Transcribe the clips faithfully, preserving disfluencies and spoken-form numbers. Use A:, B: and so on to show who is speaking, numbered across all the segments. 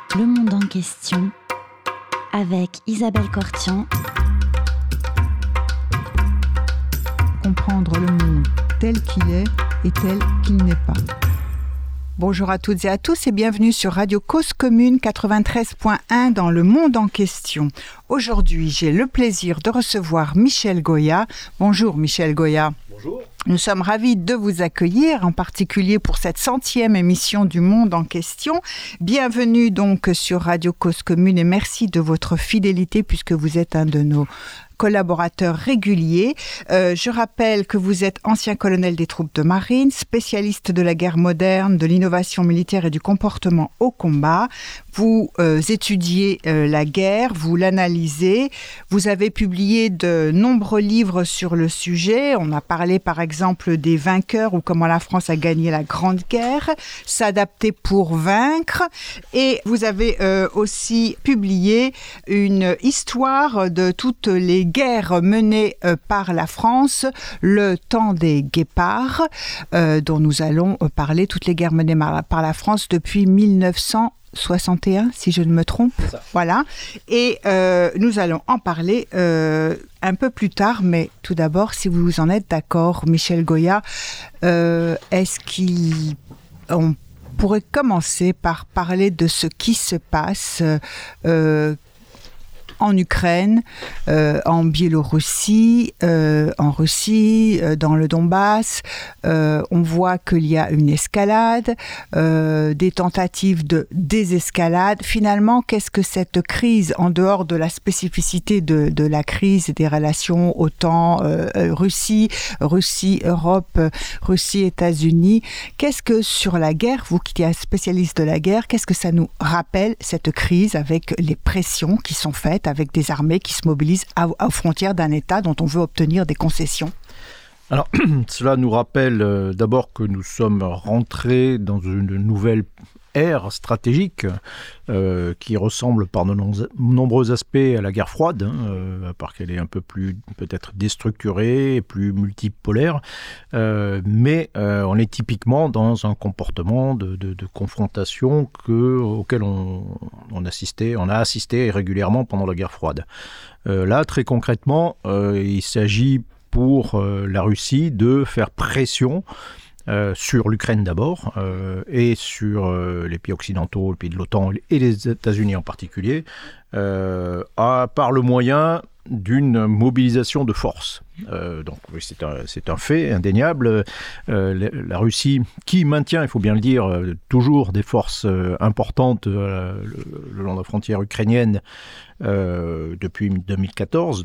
A: Le monde en question avec Isabelle Cortian.
B: Comprendre le monde tel qu'il est et tel qu'il n'est pas. Bonjour à toutes et à tous et bienvenue sur Radio Cause Commune quatre-vingt-treize point un dans le monde en question. Aujourd'hui, j'ai le plaisir de recevoir Michel Goya. Bonjour Michel Goya.
C: Bonjour.
B: Nous sommes ravis de vous accueillir, en particulier pour cette centième émission du Monde en question. Bienvenue donc sur Radio Cause Commune et merci de votre fidélité puisque vous êtes un de nos collaborateur régulier. Euh, je rappelle que vous êtes ancien colonel des troupes de marine, spécialiste de la guerre moderne, de l'innovation militaire et du comportement au combat. Vous euh, étudiez euh, la guerre, vous l'analysez. Vous avez publié de nombreux livres sur le sujet. On a parlé par exemple des vainqueurs ou comment la France a gagné la Grande Guerre, s'adapter pour vaincre. Et vous avez euh, aussi publié une histoire de toutes les guerres menées euh, par la France, le temps des guépards, euh, dont nous allons euh, parler, toutes les guerres menées par la, par la France depuis mille neuf cent soixante et un, si je ne me trompe. Voilà. Et euh, nous allons en parler euh, un peu plus tard, mais tout d'abord, si vous en êtes d'accord, Michel Goya, euh, est-ce qu'on pourrait commencer par parler de ce qui se passe euh, en Ukraine, euh, en Biélorussie, euh, en Russie, euh, dans le Donbass. Euh, on voit qu'il y a une escalade, euh, des tentatives de désescalade. Finalement, qu'est-ce que cette crise, en dehors de la spécificité de, de la crise des relations OTAN, euh, Russie, Russie, Europe, Russie, États-Unis, qu'est-ce que sur la guerre, vous qui êtes spécialiste de la guerre, qu'est-ce que ça nous rappelle, cette crise, avec les pressions qui sont faites, avec des armées qui se mobilisent à, aux frontières d'un État dont on veut obtenir des concessions?
C: Alors, cela nous rappelle euh, d'abord que nous sommes rentrés dans une nouvelle ère stratégique euh, qui ressemble par de no- nombreux aspects à la guerre froide, hein, euh, à part qu'elle est un peu plus peut-être déstructurée et plus multipolaire, euh, mais euh, on est typiquement dans un comportement de, de, de confrontation que, auquel on, on, assistait, on a assisté régulièrement pendant la guerre froide. Euh, là, très concrètement, euh, il s'agit pour euh, la Russie de faire pression Euh, sur l'Ukraine d'abord, euh, et sur euh, les pays occidentaux, les pays de l'OTAN et les États-Unis en particulier, euh, à, par le moyen d'une mobilisation de force. Euh, donc oui, c'est un, c'est un fait indéniable. Euh, la, la Russie, qui maintient, il faut bien le dire, euh, toujours des forces euh, importantes euh, le, le long de la frontière ukrainienne euh, depuis deux mille quatorze,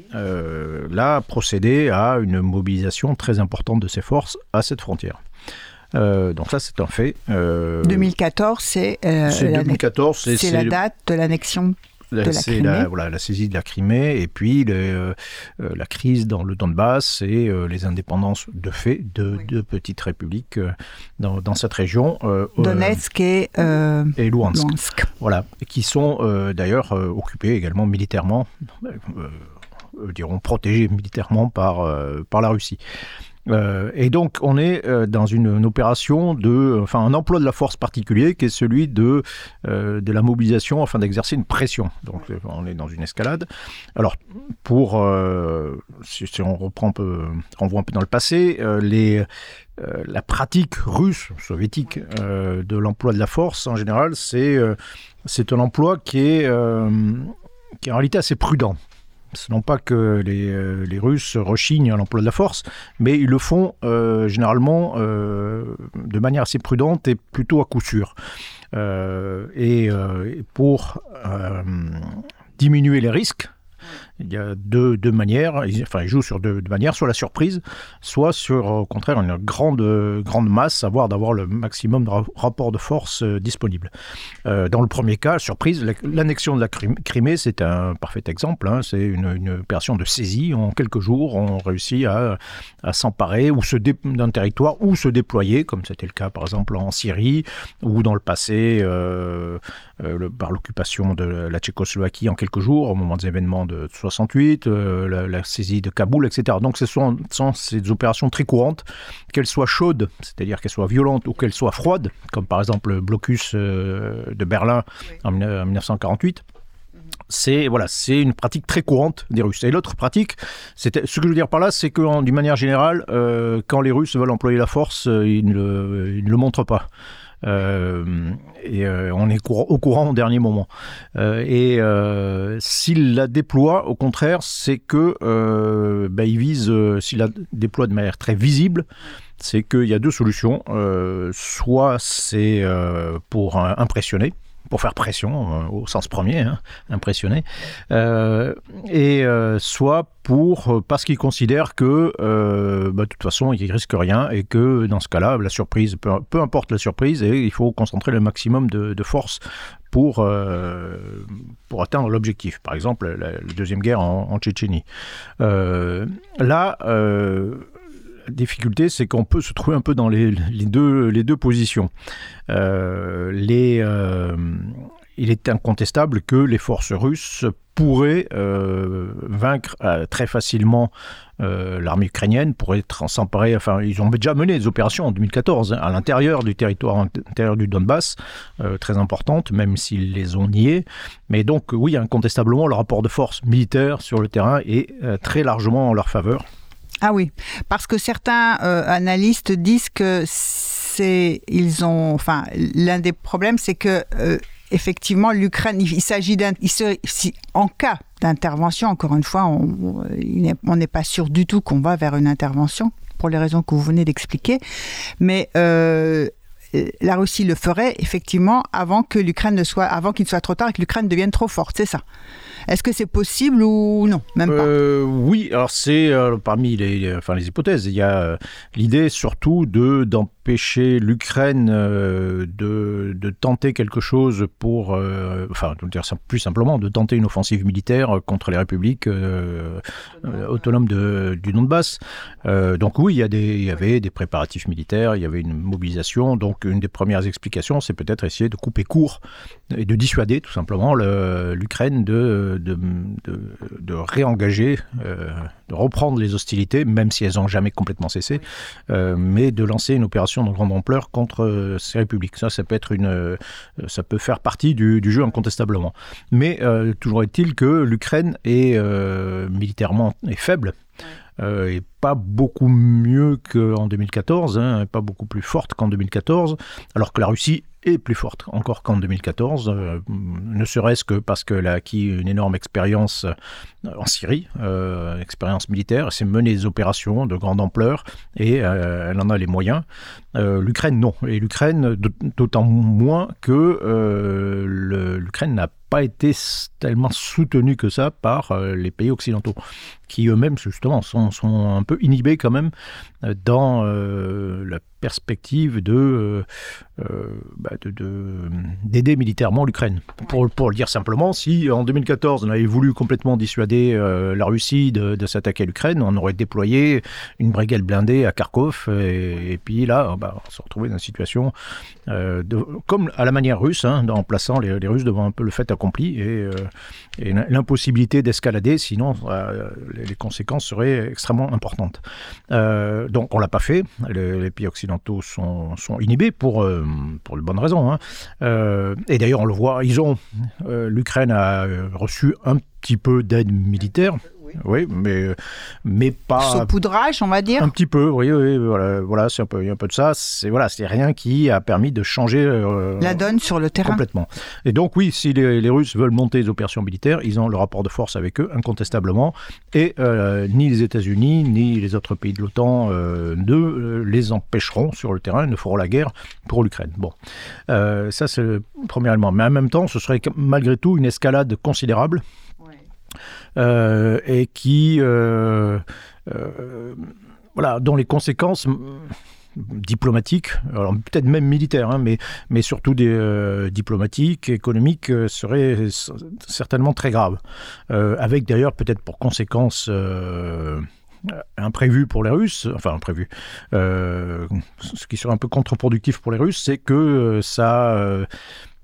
C: euh, là, a procédé à une mobilisation très importante de ses forces à cette frontière. Euh, donc ça, c'est un fait. Euh,
B: deux mille quatorze, c'est, euh,
C: c'est,
B: la,
C: deux mille quatorze, c'est,
B: c'est
C: c'est
B: la date de l'annexion de la
C: c'est
B: Crimée.
C: La, voilà, la saisie de la Crimée et puis le, euh, la crise dans le Donbass et euh, les indépendances de fait de deux oui. petites républiques euh, dans, dans cette région. Euh,
B: Donetsk et, euh,
C: et Louhansk.
B: Louhansk.
C: Voilà, qui sont euh, d'ailleurs euh, occupées également militairement, euh, dirons protégées militairement par, euh, par la Russie. Euh, et donc, on est euh, dans une, une opération de, enfin, un emploi de la force particulier qui est celui de, euh, de la mobilisation afin d'exercer une pression. Donc, on est dans une escalade. Alors, pour, euh, si, si on reprend un peu, on voit un peu dans le passé, euh, les, euh, la pratique russe, soviétique, euh, de l'emploi de la force, en général, c'est, euh, c'est un emploi qui est, euh, qui est en réalité assez prudent. Ce n'est pas que les, euh, les Russes rechignent à l'emploi de la force, mais ils le font euh, généralement euh, de manière assez prudente et plutôt à coup sûr. Euh, et euh, pour euh, diminuer les risques, il y a deux, deux manières, enfin ils jouent sur deux, deux manières, soit la surprise, soit sur au contraire une grande, grande masse, savoir d'avoir le maximum de ra- rapport de force euh, disponible. Euh, dans le premier cas, surprise, la, l'annexion de la Crimée, c'est un parfait exemple, hein, c'est une, une opération de saisie, en quelques jours on réussit à, à s'emparer ou se dé, d'un territoire ou se déployer, comme c'était le cas par exemple en Syrie, ou dans le passé euh, euh, le, par l'occupation de la Tchécoslovaquie en quelques jours, au moment des événements de soixante-huit, euh, la, la saisie de Kaboul, et cetera. Donc ce sont, sont ces opérations très courantes, qu'elles soient chaudes, c'est-à-dire qu'elles soient violentes, ou qu'elles soient froides, comme par exemple le blocus euh, de Berlin oui. en, en dix-neuf cent quarante-huit. C'est, voilà, c'est une pratique très courante des Russes. Et l'autre pratique, c'était, ce que je veux dire par là, c'est que d'une manière générale, euh, quand les Russes veulent employer la force, euh, ils, ne, ils ne le montrent pas. Euh, et euh, on est cour- au courant au dernier moment. Euh, et euh, s'il la déploie, au contraire, c'est que euh, bah, il vise, euh, s'il la déploie de manière très visible, c'est qu'il y a deux solutions. Euh, soit c'est euh, pour euh, impressionner, pour faire pression, euh, au sens premier, hein, impressionner, euh, et euh, soit pour, parce qu'ils considèrent que, euh, bah, de toute façon, ils ne risquent rien, et que, dans ce cas-là, la surprise, peu, peu importe la surprise, et il faut concentrer le maximum de, de force pour, euh, pour atteindre l'objectif. Par exemple, la, la Deuxième Guerre en, en Tchétchénie. Euh, là... Euh, La difficulté, c'est qu'on peut se trouver un peu dans les, les, deux, les deux positions. Euh, les, euh, il est incontestable que les forces russes pourraient euh, vaincre euh, très facilement euh, l'armée ukrainienne, pourraient s'emparer, enfin, ils ont déjà mené des opérations en deux mille quatorze hein, à l'intérieur du territoire intérieur du Donbass, euh, très importantes, même s'ils les ont niées. Mais donc, oui, incontestablement, le rapport de force militaire sur le terrain est euh, très largement en leur faveur.
B: Ah oui, parce que certains euh, analystes disent que c'est, ils ont, enfin, l'un des problèmes, c'est que euh, effectivement, l'Ukraine, il, il s'agit d'un, il se, si, en cas d'intervention, encore une fois, on on n'est pas sûr du tout qu'on va vers une intervention pour les raisons que vous venez d'expliquer, mais euh, la Russie le ferait effectivement avant que l'Ukraine ne soit, avant qu'il ne soit trop tard et que l'Ukraine devienne trop forte, c'est ça. Est-ce que c'est possible ou non? Même pas.
C: Euh, oui, alors c'est euh, parmi les, enfin, les hypothèses. Il y a euh, l'idée surtout de, d'empêcher l'Ukraine euh, de, de tenter quelque chose pour, euh, enfin, de dire plus simplement, de tenter une offensive militaire contre les républiques euh, euh, autonomes de, du Donbass. Euh, donc oui, il y, a des, il y avait des préparatifs militaires, il y avait une mobilisation. Donc une des premières explications, c'est peut-être essayer de couper court et de dissuader tout simplement le, l'Ukraine de De, de, de réengager, euh, de reprendre les hostilités, même si elles n'ont jamais complètement cessé, euh, mais de lancer une opération de grande ampleur contre euh, ces républiques. Ça, ça peut être une, euh, ça peut faire partie du, du jeu incontestablement. Mais euh, toujours est-il que l'Ukraine est euh, militairement est faible. Euh, et pas beaucoup mieux qu'en deux mille quatorze, hein, pas beaucoup plus forte qu'en deux mille quatorze, alors que la Russie est plus forte encore qu'en deux mille quatorze, euh, ne serait-ce que parce qu'elle a acquis une énorme expérience en Syrie, euh, expérience militaire, elle s'est menée des opérations de grande ampleur et euh, elle en a les moyens. Euh, L'Ukraine, non. Et l'Ukraine, d'autant moins que euh, le, l'Ukraine n'a pas été tellement soutenue que ça par euh, les pays occidentaux, qui eux-mêmes, justement, sont, sont un peu inhibés quand même dans euh, la perspective de, euh, euh, bah de, de, d'aider militairement l'Ukraine. Pour, pour le dire simplement, si en deux mille quatorze, on avait voulu complètement dissuader euh, la Russie de, de s'attaquer à l'Ukraine, on aurait déployé une brigade blindée à Kharkov, et, et puis là, bah, on se retrouvait dans une situation euh, de, comme à la manière russe, hein, en plaçant les, les Russes devant un peu le fait accompli, et, euh, et l'impossibilité d'escalader, sinon euh, les conséquences seraient extrêmement importantes. Euh, donc on ne l'a pas fait, les, les pays occidentaux sont, sont inhibés pour, euh, pour de bonnes raisons. Hein. Euh, et d'ailleurs on le voit, ils ont, euh, l'Ukraine a reçu un petit peu d'aide militaire. Oui, mais, mais pas...
B: Saupoudrage, on va dire.
C: Un petit peu, oui, oui, voilà, voilà c'est un peu, il y a un peu de ça. C'est, voilà, c'est rien qui a permis de changer... Euh,
B: la donne sur le terrain.
C: Complètement. Et donc, oui, si les, les Russes veulent monter des opérations militaires, ils ont le rapport de force avec eux, incontestablement. Et euh, ni les États-Unis, ni les autres pays de l'OTAN euh, ne euh, les empêcheront sur le terrain, ne feront la guerre pour l'Ukraine. Bon, euh, ça, c'est le premier élément. Mais en même temps, ce serait malgré tout une escalade considérable. Euh, et qui, euh, euh, voilà, dont les conséquences diplomatiques, alors peut-être même militaires, hein, mais, mais surtout des, euh, diplomatiques, économiques, euh, seraient certainement très graves. Euh, avec d'ailleurs peut-être pour conséquence euh, imprévue pour les Russes, enfin imprévue, euh, ce qui serait un peu contre-productif pour les Russes, c'est que ça... Euh,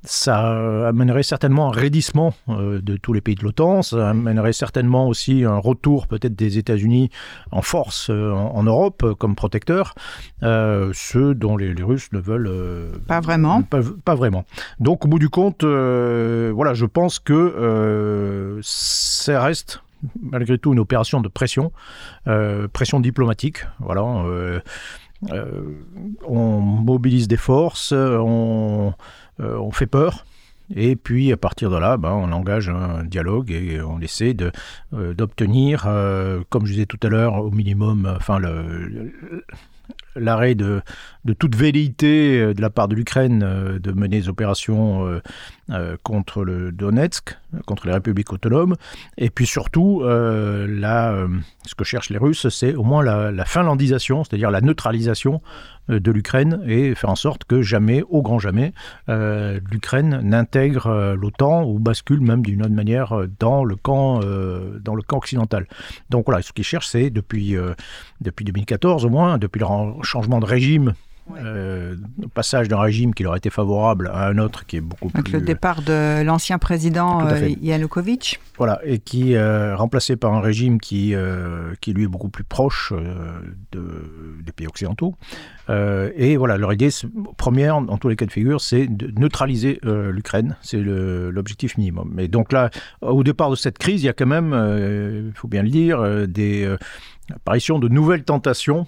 C: ça amènerait certainement un raidissement euh, de tous les pays de l'OTAN, ça amènerait certainement aussi un retour peut-être des États-Unis en force euh, en, en Europe euh, comme protecteurs, euh, ceux dont les, les Russes ne veulent euh,
B: pas vraiment.
C: Pas, pas vraiment. Donc au bout du compte, euh, voilà, je pense que euh, ça reste malgré tout une opération de pression, euh, pression diplomatique, voilà. Euh, euh, on mobilise des forces, on Euh, on fait peur, et puis à partir de là, ben, on engage un dialogue et on essaie de, euh, d'obtenir, euh, comme je disais tout à l'heure, au minimum, enfin, le, le, l'arrêt de, de toute velléité de la part de l'Ukraine euh, de mener des opérations euh, euh, contre le Donetsk, contre les républiques autonomes, et puis surtout, euh, là, euh, ce que cherchent les Russes, c'est au moins la, la finlandisation, c'est-à-dire la neutralisation de l'Ukraine, et faire en sorte que jamais, au grand jamais, euh, l'Ukraine n'intègre euh, l'OTAN ou bascule même d'une autre manière euh, dans le camp, euh, dans le camp occidental. Donc voilà, ce qu'ils cherchent, c'est depuis, euh, depuis deux mille quatorze au moins, depuis le changement de régime,
B: ouais.
C: euh, le passage d'un régime qui leur était favorable à un autre qui est beaucoup
B: Avec
C: plus...
B: le départ de l'ancien président euh, Yanukovych.
C: Voilà, et qui est euh, remplacé par un régime qui, euh, qui lui est beaucoup plus proche euh, de, des pays occidentaux. Euh, et voilà, leur idée première, dans tous les cas de figure, c'est de neutraliser euh, l'Ukraine. C'est le, l'objectif minimum. Et donc là, au départ de cette crise, il y a quand même, il euh, faut bien le dire, euh, des euh, apparitions de nouvelles tentations.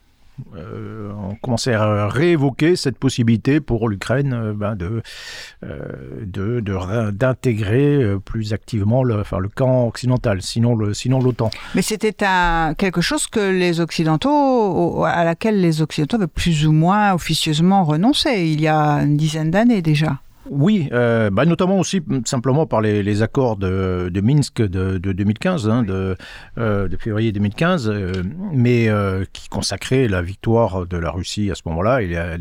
C: Euh, on commençait à réévoquer cette possibilité pour l'Ukraine euh, ben de, euh, de, de, d'intégrer euh, plus activement le, enfin, le camp occidental, sinon, le, sinon l'OTAN.
B: Mais c'était un, quelque chose que les Occidentaux, à laquelle les Occidentaux avaient plus ou moins officieusement renoncé il y a une dizaine d'années déjà.
C: Oui, euh, bah notamment aussi simplement par les, les accords de, de Minsk de, de deux mille quinze, hein, de, euh, de février deux mille quinze, euh, mais euh, qui consacraient la victoire de la Russie à ce moment-là et la,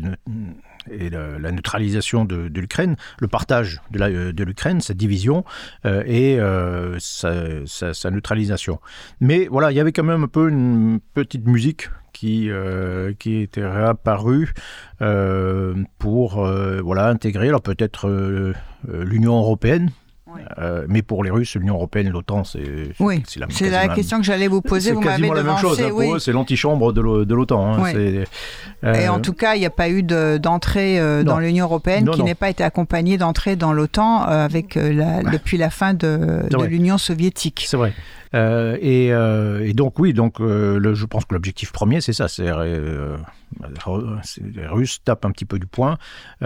C: et la, la neutralisation de, de l'Ukraine, le partage de, la, de l'Ukraine, sa division euh, et euh, sa, sa, sa neutralisation. Mais voilà, il y avait quand même un peu une petite musique qui, euh, qui était réapparu euh, pour euh, voilà, intégrer alors peut-être euh, l'Union européenne. Oui. Euh, mais pour les Russes, l'Union européenne et l'OTAN, c'est,
B: oui.
C: c'est la,
B: c'est la question que j'allais vous poser.
C: C'est
B: vous
C: quasiment
B: m'avez
C: la
B: devancé,
C: même chose. Hein,
B: oui.
C: pour eux, c'est l'antichambre de, de l'OTAN. Hein,
B: oui.
C: c'est, euh...
B: Et en tout cas, il n'y a pas eu de, d'entrée euh, dans l'Union européenne non, qui non. n'ait pas été accompagnée d'entrée dans l'OTAN euh, avec, euh, la, ouais. depuis la fin de, de l'Union soviétique.
C: C'est vrai. Euh, et, euh, et donc oui, donc euh, le, je pense que l'objectif premier c'est ça, c'est, euh, c'est les Russes tapent un petit peu du poing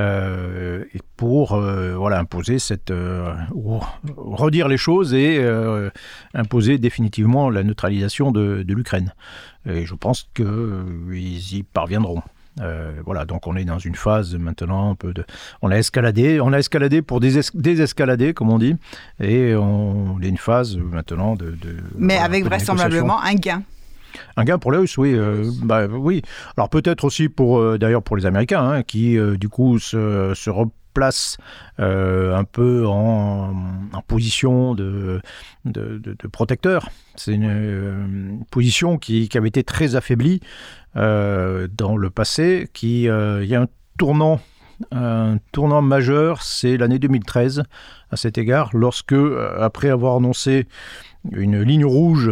C: euh, et pour euh, voilà imposer cette euh, redire les choses et euh, imposer définitivement la neutralisation de, de l'Ukraine. Et je pense qu'ils euh, y parviendront. Euh, voilà, donc on est dans une phase maintenant un peu de... On a escaladé, on a escaladé pour déses... désescalader, comme on dit, et on est une phase maintenant de... de
B: Mais voilà, avec vraisemblablement un gain.
C: Un gain pour les Russes, oui. Euh, bah, oui. Alors peut-être aussi pour, euh, d'ailleurs pour les Américains, hein, qui euh, du coup se, se replacent euh, un peu en, en position de, de, de, de protecteur. C'est une euh, position qui, qui avait été très affaiblie euh, dans le passé. Qui, euh, il y a un tournant, un tournant majeur, c'est l'année deux mille treize à cet égard, lorsque, après avoir annoncé une ligne rouge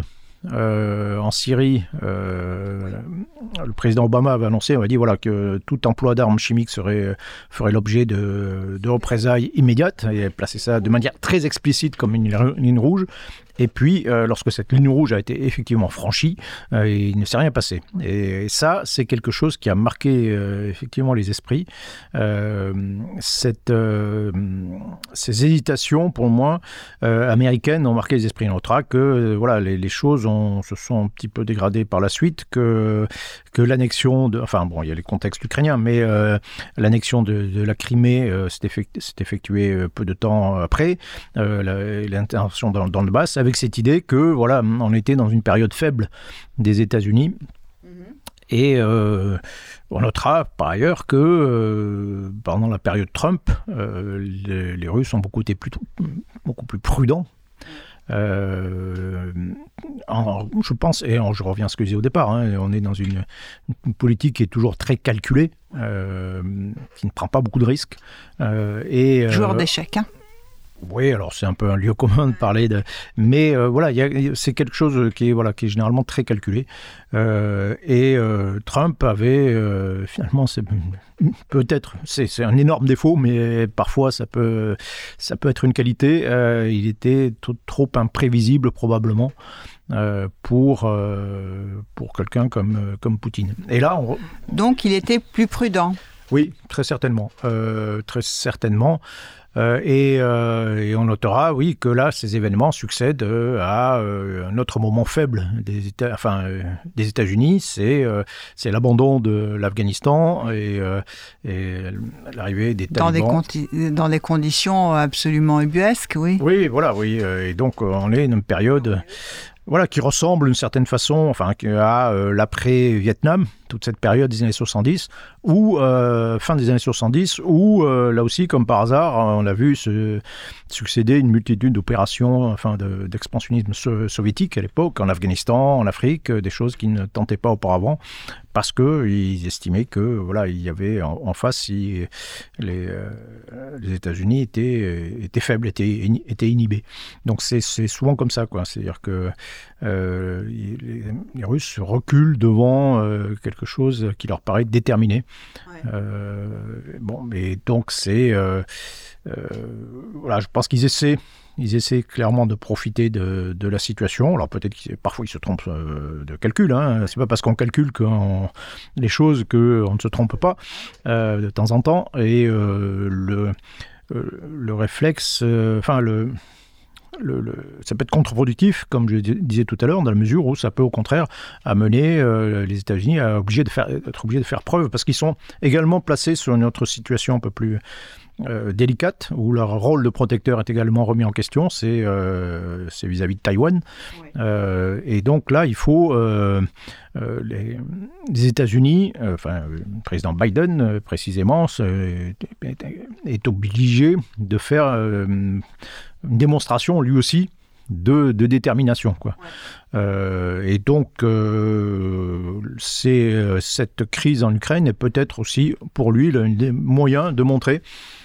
C: Euh, en Syrie, euh, le président Obama avait annoncé, on a dit voilà, que tout emploi d'armes chimiques serait, ferait l'objet de, de représailles immédiates, et placé ça de manière très explicite comme une ligne rouge. Et puis, euh, lorsque cette ligne rouge a été effectivement franchie, euh, il ne s'est rien passé. Et, et ça, c'est quelque chose qui a marqué euh, effectivement les esprits. Euh, cette, euh, ces hésitations, pour moi, euh, américaines ont marqué les esprits. On notera que euh, voilà, les, les choses ont, se sont un petit peu dégradées par la suite, que, que l'annexion de... Enfin, bon, il y a les contextes ukrainiens, mais euh, l'annexion de, de la Crimée euh, s'est, effectuée, s'est effectuée peu de temps après, euh, la, l'intervention dans, dans le Donbass, avec cette idée que voilà, on était dans une période faible des États-Unis. Mmh. Et euh, on notera par ailleurs que euh, pendant la période Trump, euh, les, les Russes ont beaucoup été plus, beaucoup plus prudents Euh, en, je pense, et en, je reviens à ce que je disais au départ, hein, on est dans une, une politique qui est toujours très calculée, euh, qui ne prend pas beaucoup de risques. Euh, et,
B: Joueur
C: euh,
B: d'échecs, hein.
C: Oui, alors c'est un peu un lieu commun de parler de, mais euh, voilà, y a, c'est quelque chose qui est voilà qui est généralement très calculé. Euh, et euh, Trump avait euh, finalement, c'est peut-être c'est, c'est un énorme défaut, mais parfois ça peut ça peut être une qualité. Euh, il était t- trop imprévisible probablement. Euh, pour, euh, pour quelqu'un comme, comme Poutine. Et là, on...
B: Donc il était plus prudent.
C: Oui, très certainement. Euh, très certainement. Euh, et, euh, et on notera, oui, que là, ces événements succèdent euh, à euh, un autre moment faible des, États, enfin, euh, des États-Unis, c'est, euh, c'est l'abandon de l'Afghanistan et, euh, et l'arrivée des
B: dans
C: talibans.
B: Des conti- dans des conditions absolument ubuesques, oui.
C: Oui, voilà, oui. Et donc, on est dans une période... Voilà, qui ressemble d'une certaine façon enfin, à euh, l'après-Vietnam, toute cette période des années soixante-dix, ou euh, fin des années soixante-dix, où euh, là aussi, comme par hasard, on a vu se succéder une multitude d'opérations enfin, de, d'expansionnisme so- soviétique à l'époque, en Afghanistan, en Afrique, des choses qui ne tentaient pas auparavant, parce qu'ils estimaient que voilà, il y avait en, en face, si les, euh, les États-Unis étaient, étaient faibles, étaient, étaient inhibés. Donc c'est, c'est souvent comme ça, quoi. C'est-à-dire que euh, les, les Russes reculent devant euh, quelque chose qui leur paraît déterminé. Ouais. Euh, bon, mais donc c'est euh, euh, voilà, je pense qu'ils essaient. Ils essaient clairement de profiter de, de la situation. Alors peut-être que parfois ils se trompent euh, de calcul. Hein. C'est pas parce qu'on calcule qu'on, les choses qu'on ne se trompe pas euh, de temps en temps. Et euh, le, euh, le réflexe, euh, enfin le, le, le, ça peut être contre-productif, comme je disais tout à l'heure, dans la mesure où ça peut au contraire amener euh, les États-Unis à obligés de faire, être obligés de faire preuve, parce qu'ils sont également placés sur une autre situation un peu plus Euh, délicate, où leur rôle de protecteur est également remis en question, c'est, euh, c'est vis-à-vis de Taïwan. Oui. Euh, et donc là, il faut... Euh, euh, les, les États-Unis, euh, enfin, le président Biden, euh, précisément, est, est obligé de faire euh, une démonstration, lui aussi, De, de détermination, quoi. Ouais. Euh, et donc, euh, c'est, cette crise en Ukraine est peut-être aussi, pour lui, le, le moyen de montrer...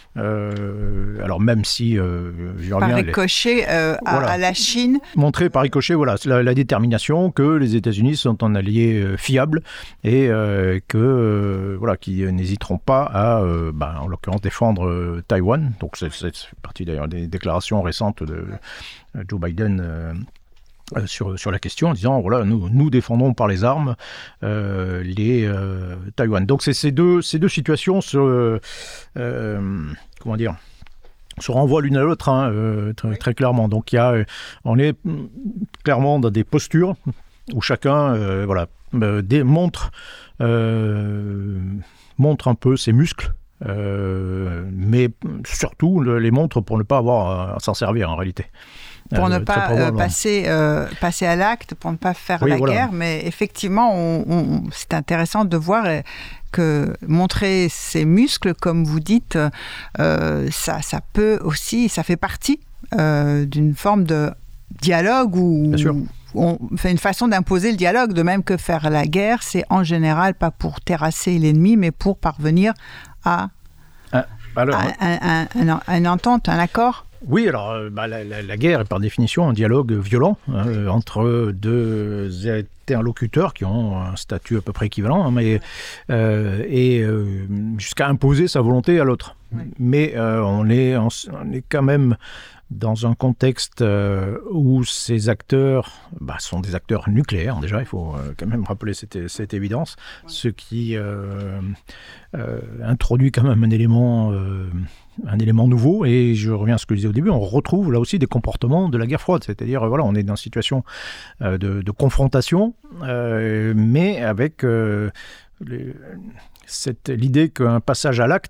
C: Euh, alors même si euh, je
B: par ricochet les... euh, à, voilà. à la Chine,
C: montrer par ricochet voilà la, la détermination que les États-Unis sont un allié euh, fiable et euh, que euh, voilà qui n'hésiteront pas à euh, ben, en l'occurrence défendre euh, Taïwan. Donc c'est, c'est partie d'ailleurs des déclarations récentes de euh, Joe Biden. Euh, Euh, sur, sur la question en disant voilà nous, nous défendons par les armes euh, les euh, Taïwan. Donc c'est ces deux, ces deux situations se, euh, comment dire se renvoient l'une à l'autre hein, euh, très, très clairement. Donc il y a, on est clairement dans des postures où chacun euh, voilà, euh, démontre, euh, montre un peu ses muscles. Euh, mais surtout le, les montre pour ne pas avoir à s'en servir en réalité.
B: Pour euh, ne pas euh, passer, euh, passer à l'acte, pour ne pas faire oui, la voilà. guerre. Mais effectivement, on, on, c'est intéressant de voir que montrer ses muscles, comme vous dites, euh, ça, ça peut aussi, ça fait partie euh, d'une forme de dialogue où
C: Bien sûr.
B: on fait une façon d'imposer le dialogue, de même que faire la guerre, c'est en général pas pour terrasser l'ennemi, mais pour parvenir à,
C: ah, alors,
B: à un, un, un, un entente, un accord.
C: Oui, alors bah, la, la, la guerre est par définition un dialogue violent hein, entre deux interlocuteurs qui ont un statut à peu près équivalent, hein, mais, euh, et euh, jusqu'à imposer sa volonté à l'autre. Oui. Mais euh, on, est, on, on est quand même dans un contexte euh, où ces acteurs bah, sont des acteurs nucléaires, déjà, il faut euh, quand même rappeler cette, cette évidence, oui. Ce qui euh, euh, introduit quand même un élément... Euh, un élément nouveau, et je reviens à ce que je disais au début, on retrouve là aussi des comportements de la guerre froide, c'est-à-dire voilà, on est dans une situation euh, de, de confrontation, euh, mais avec euh, les, cette, l'idée qu'un passage à l'acte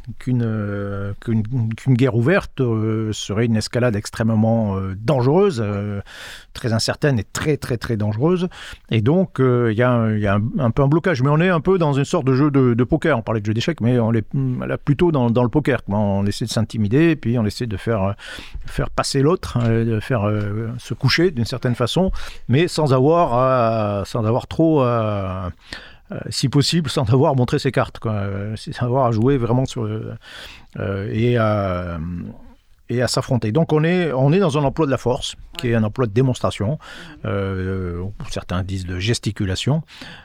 C: qu'une, euh, qu'une, qu'une guerre ouverte euh, serait une escalade extrêmement euh, dangereuse, euh, très incertaine et très très très dangereuse. Et donc il euh, y a, y a un, un peu un blocage. Mais on est un peu dans une sorte de jeu de, de poker. On parlait de jeu d'échecs, mais on est là plutôt dans, dans le poker. On essaie de s'intimider, et puis on essaie de faire, faire passer l'autre, de faire euh, se coucher d'une certaine façon, mais sans avoir, à, sans avoir trop... À, Euh, si possible, sans avoir montré ses cartes, quoi. Euh, sans avoir à jouer vraiment sur le, euh, et, à, et à s'affronter. Donc on est, on est dans un emploi de la force, qui est un emploi de démonstration. Euh, certains disent de gesticulation,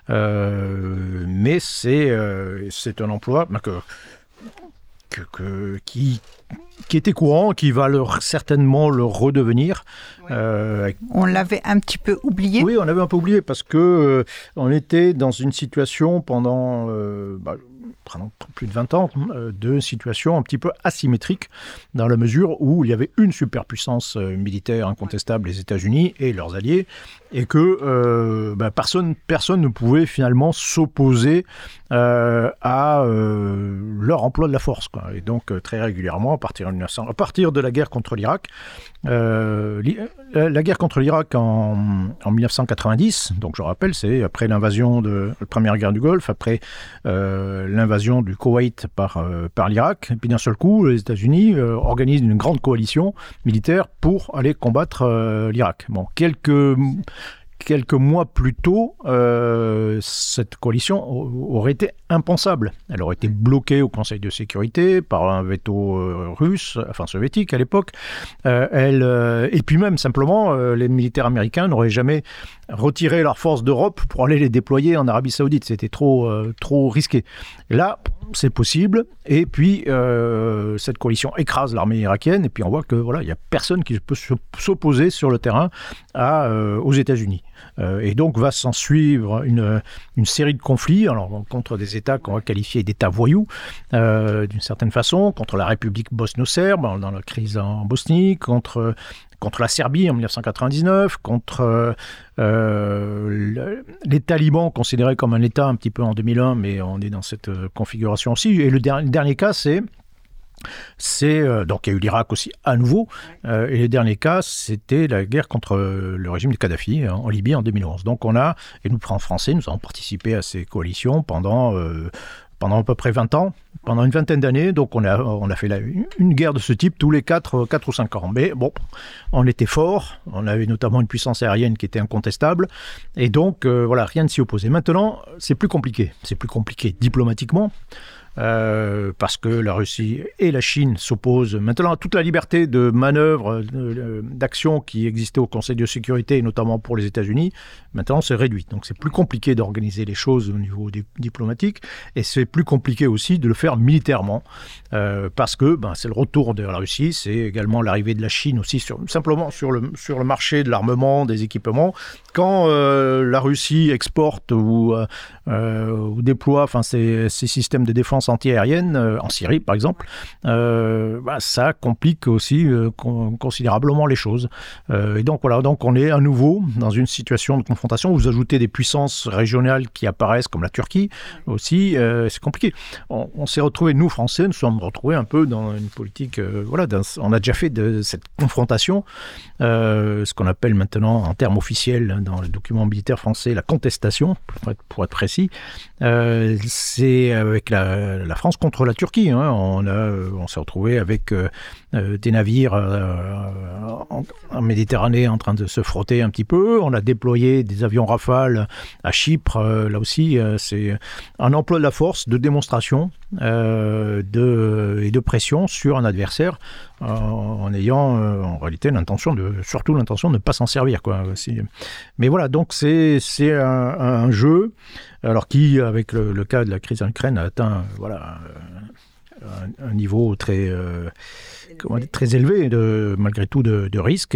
C: euh, mais c'est, euh, c'est un emploi ben, que, que, que, qui, qui était courant, qui va leur, certainement le redevenir.
B: Oui.
C: Euh,
B: on l'avait un petit peu oublié.
C: Oui, on l'avait un peu oublié parce que euh, on était dans une situation pendant euh, bah, plus de vingt ans, euh, de situation un petit peu asymétrique, dans la mesure où il y avait une superpuissance euh, militaire incontestable, les États-Unis et leurs alliés, et que euh, bah, personne, personne ne pouvait finalement s'opposer euh, à euh, leur emploi de la force, quoi. Et donc euh, très régulièrement, à partir de, mille neuf cents, à partir de la guerre contre l'Irak, euh, la guerre contre l'Irak en, en mille neuf cent quatre-vingt-dix, donc je rappelle, c'est après l'invasion de la première guerre du Golfe, après euh, l'invasion du Koweït par, euh, par l'Irak, et puis d'un seul coup, les États-Unis euh, organisent une grande coalition militaire pour aller combattre euh, l'Irak. Bon, quelques... Quelques mois plus tôt, euh, cette coalition aurait été impensable. Elle aurait été bloquée au Conseil de sécurité par un veto euh, russe, enfin soviétique à l'époque. Euh, elle, euh, et puis même, simplement, euh, les militaires américains n'auraient jamais retiré leurs forces d'Europe pour aller les déployer en Arabie Saoudite. C'était trop, euh, trop risqué. Et là, c'est possible. Et puis, euh, cette coalition écrase l'armée irakienne. Et puis, on voit que voilà, il n'y a personne qui peut s'opposer sur le terrain à, euh, aux États-Unis. Euh, et donc, va s'en suivre une, une série de conflits alors, contre des États qu'on va qualifier d'États voyous, euh, d'une certaine façon, contre la République bosno-serbe dans la crise en Bosnie, contre... contre la Serbie en mille neuf cent quatre-vingt-dix-neuf, contre euh, les talibans considérés comme un État un petit peu en deux mille un, mais on est dans cette configuration aussi. Et le, der- le dernier cas, c'est... C'est, euh, donc il y a eu l'Irak aussi à nouveau, euh, et le dernier cas, c'était la guerre contre le régime de Kadhafi hein, en Libye en deux mille onze. Donc on a, et nous en français, nous avons participé à ces coalitions pendant... Euh, pendant à peu près vingt ans, pendant une vingtaine d'années. Donc on a, on a fait la, une guerre de ce type tous les quatre ou cinq ans. Mais bon, on était fort, on avait notamment une puissance aérienne qui était incontestable, et donc euh, voilà, rien ne s'y opposait. Maintenant, c'est plus compliqué. C'est plus compliqué diplomatiquement, Euh, parce que la Russie et la Chine s'opposent maintenant à toute la liberté de manœuvre, de, d'action qui existait au Conseil de sécurité, et notamment pour les États-Unis. Maintenant, c'est réduit. Donc, c'est plus compliqué d'organiser les choses au niveau di- diplomatique, et c'est plus compliqué aussi de le faire militairement, euh, parce que ben, c'est le retour de la Russie, c'est également l'arrivée de la Chine aussi, sur, simplement sur le, sur le marché de l'armement, des équipements. Quand euh, la Russie exporte ou, euh, ou déploie enfin, ses, ses systèmes de défense anti-aérienne, euh, en Syrie par exemple, euh, bah, ça complique aussi euh, con- considérablement les choses. Euh, et donc voilà, donc on est à nouveau dans une situation de confrontation. Vous ajoutez des puissances régionales qui apparaissent comme la Turquie aussi, euh, c'est compliqué. On, on s'est retrouvés, nous Français, nous sommes retrouvés un peu dans une politique, euh, voilà, dans, on a déjà fait de cette confrontation, euh, ce qu'on appelle maintenant en termes officiels dans les documents militaires français, la contestation, pour être, pour être précis. Euh, c'est avec la, la France contre la Turquie. Hein. On, a, on s'est retrouvé avec euh, des navires euh, en, en Méditerranée en train de se frotter un petit peu. On a déployé des avions Rafale à Chypre. Euh, là aussi, euh, c'est un emploi de la force, de démonstration euh, de, et de pression sur un adversaire euh, en ayant euh, en réalité l'intention de, surtout l'intention de ne pas s'en servir, quoi. C'est, mais voilà, donc c'est, c'est un, un jeu alors qui, avec le, le cas de la crise en Ukraine, a atteint voilà, un, un niveau très, euh, comment dire, très élevé, de, malgré tout, de, de risque.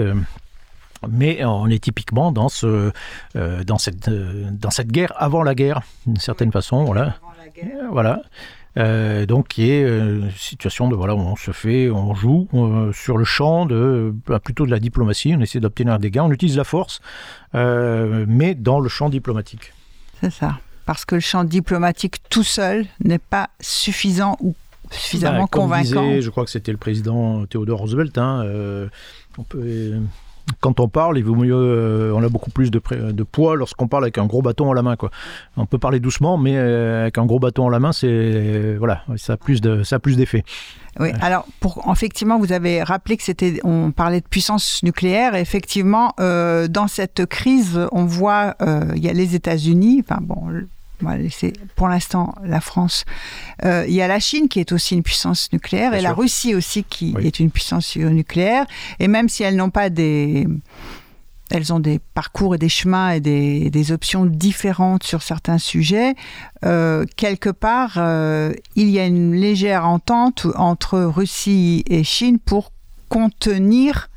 C: Mais on est typiquement dans, ce, euh, dans, cette, euh, dans cette guerre avant la guerre, d'une certaine façon. Voilà. Voilà. Euh, donc, qui est une situation de, voilà, où on se fait, on joue euh, sur le champ de, bah, plutôt de la diplomatie. On essaie d'obtenir des gains, on utilise la force, euh, mais dans le champ diplomatique.
B: C'est ça. Parce que le champ diplomatique tout seul n'est pas suffisant ou suffisamment
C: bah, comme
B: convaincant.
C: Disait, je crois que c'était le président Theodore Roosevelt. Hein, euh, on peut, euh, quand on parle, il vaut mieux, euh, on a beaucoup plus de, pré- de poids lorsqu'on parle avec un gros bâton à la main, quoi. On peut parler doucement, mais euh, avec un gros bâton à la main, c'est euh, voilà, ça a plus de, ça a plus d'effet.
B: Oui, alors pour, effectivement, vous avez rappelé que c'était, on parlait de puissance nucléaire. Et effectivement, euh, dans cette crise, on voit, euh, il y a les États-Unis, enfin bon, on va laisser pour l'instant la France. Euh, il y a la Chine qui est aussi une puissance nucléaire Bien et sûr. La Russie aussi qui oui. est une puissance nucléaire. Et même si elles n'ont pas des... Elles ont des parcours et des chemins et des, des options différentes sur certains sujets. Euh, quelque part, euh, il y a une légère entente entre Russie et Chine pour contenir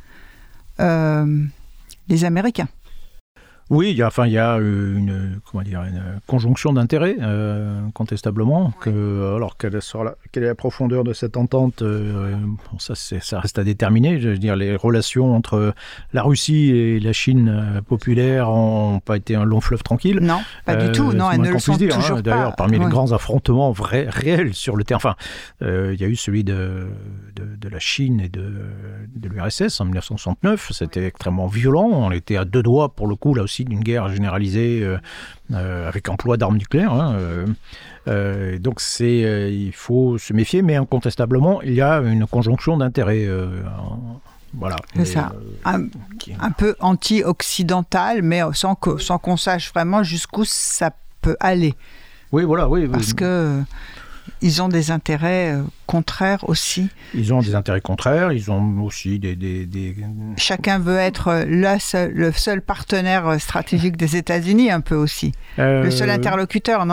B: euh, les Américains.
C: Oui, il y a, enfin, il y a une, comment dire, une conjonction d'intérêts, euh, incontestablement. Que, alors, quelle, sera la, quelle est la profondeur de cette entente euh, bon, ça, c'est, ça reste à déterminer. Je veux dire, les relations entre la Russie et la Chine euh, populaire n'ont pas été un long fleuve tranquille.
B: Non, pas euh, du tout. Non, elles ne le sont dire, toujours hein.
C: D'ailleurs, pas. D'ailleurs, parmi
B: ouais.
C: les grands affrontements vrais, réels sur le terrain, enfin, euh, il y a eu celui de, de, de la Chine et de, de l'U R S S en dix-neuf cent soixante-neuf. C'était extrêmement violent. On était à deux doigts, pour le coup, là aussi, d'une guerre généralisée euh, euh, avec emploi d'armes nucléaires. Hein, euh, euh, donc c'est, euh, il faut se méfier, mais incontestablement, il y a une conjonction d'intérêts. Euh, en, voilà.
B: C'est et, ça. Euh, un, qui... un peu anti-occidental, mais sans, que, sans qu'on sache vraiment jusqu'où ça peut aller.
C: Oui, voilà. Oui,
B: Parce
C: oui.
B: que... Ils ont des intérêts euh, contraires aussi.
C: Ils ont des intérêts contraires, ils ont aussi des... des, des...
B: Chacun veut être la seul, le seul partenaire stratégique des États-Unis, un peu aussi. Euh... Le seul interlocuteur, non ?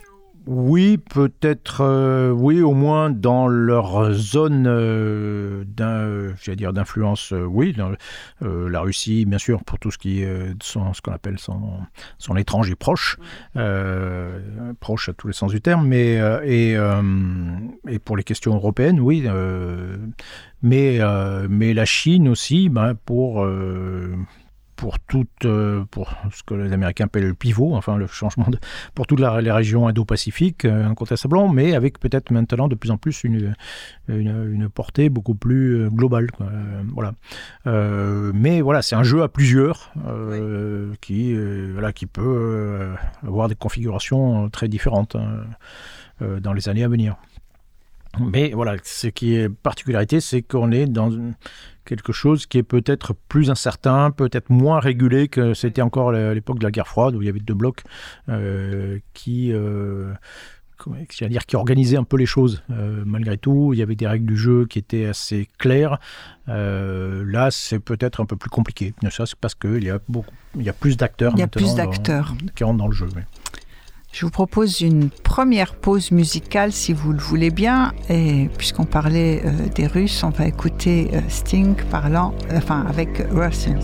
C: Oui, peut-être, euh, oui, au moins dans leur zone euh, d'un, j'allais dire d'influence, euh, oui, dans, euh, la Russie, bien sûr, pour tout ce qui est euh, son, ce qu'on appelle son, son étranger proche, euh, proche à tous les sens du terme, mais euh, et, euh, et pour les questions européennes, oui, euh, mais euh, mais la Chine aussi, ben pour euh, pour toute, euh, pour ce que les Américains appellent le pivot, enfin le changement de, pour toutes la, les régions indo-pacifiques, euh, incontestablement, mais avec peut-être maintenant de plus en plus une, une, une portée beaucoup plus euh, globale, quoi. Euh, voilà. Euh, mais voilà, c'est un jeu à plusieurs euh, oui. qui, euh, voilà, qui peut euh, avoir des configurations très différentes hein, euh, dans les années à venir. Mais voilà, ce qui est particularité, c'est qu'on est dans une, quelque chose qui est peut-être plus incertain, peut-être moins régulé que c'était encore à l'époque de la guerre froide, où il y avait deux blocs euh, qui, euh, dire, qui organisaient un peu les choses. Euh, malgré tout, il y avait des règles du jeu qui étaient assez claires. Euh, là, c'est peut-être un peu plus compliqué. Ça, c'est parce qu'il y a, beaucoup, il y a plus d'acteurs
B: il y a
C: maintenant
B: plus d'acteurs.
C: Dans, qui rentrent dans le jeu. Oui.
B: Je vous propose une première pause musicale, si vous le voulez bien. Et puisqu'on parlait euh, des Russes, on va écouter euh, Sting parlant, euh, enfin avec Russians.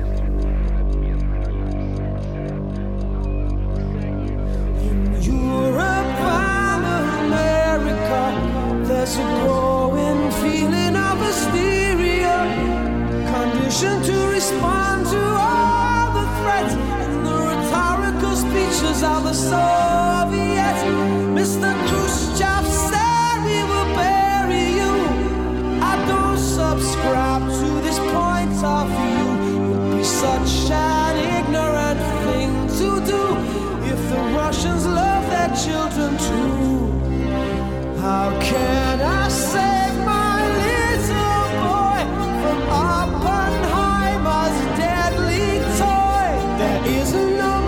D: Of the Soviets, Mister Khrushchev said we will bury you. I don't subscribe to this point of view. It would be such an ignorant thing to do if the Russians love their children too. How can I save my little boy from Oppenheimer's deadly toy? There isn't no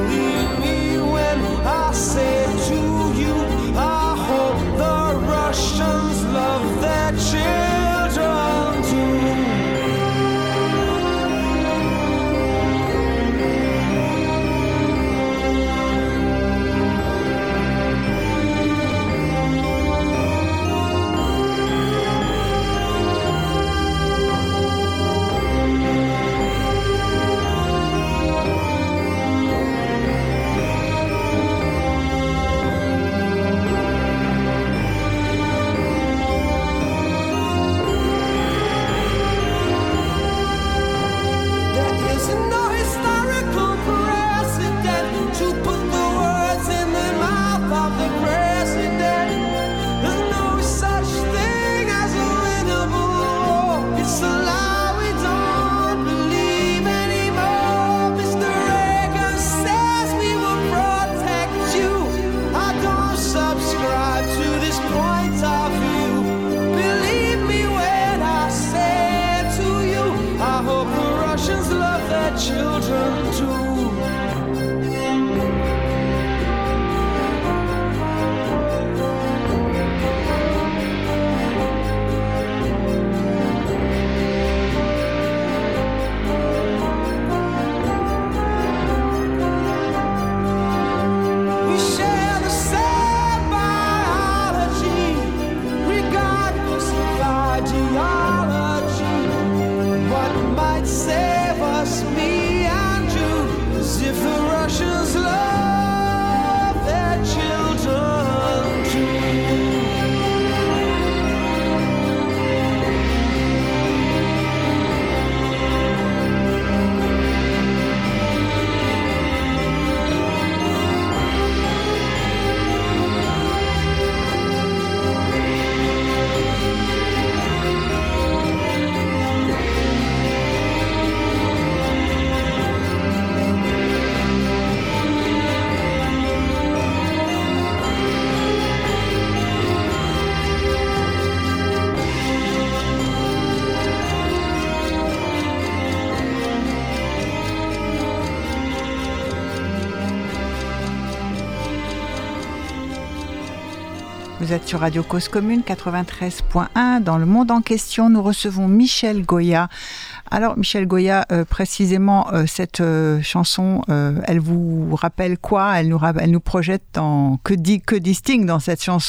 D: Rush
B: Vous êtes sur Radio Cause Commune quatre-vingt-treize point un. Dans le monde en question, nous recevons Michel Goya. Alors, Michel Goya, euh, précisément, euh, cette euh, chanson, euh, elle vous rappelle quoi ? Elle nous, elle nous projette dans... Que dit, que dit Sting dans cette chanson ?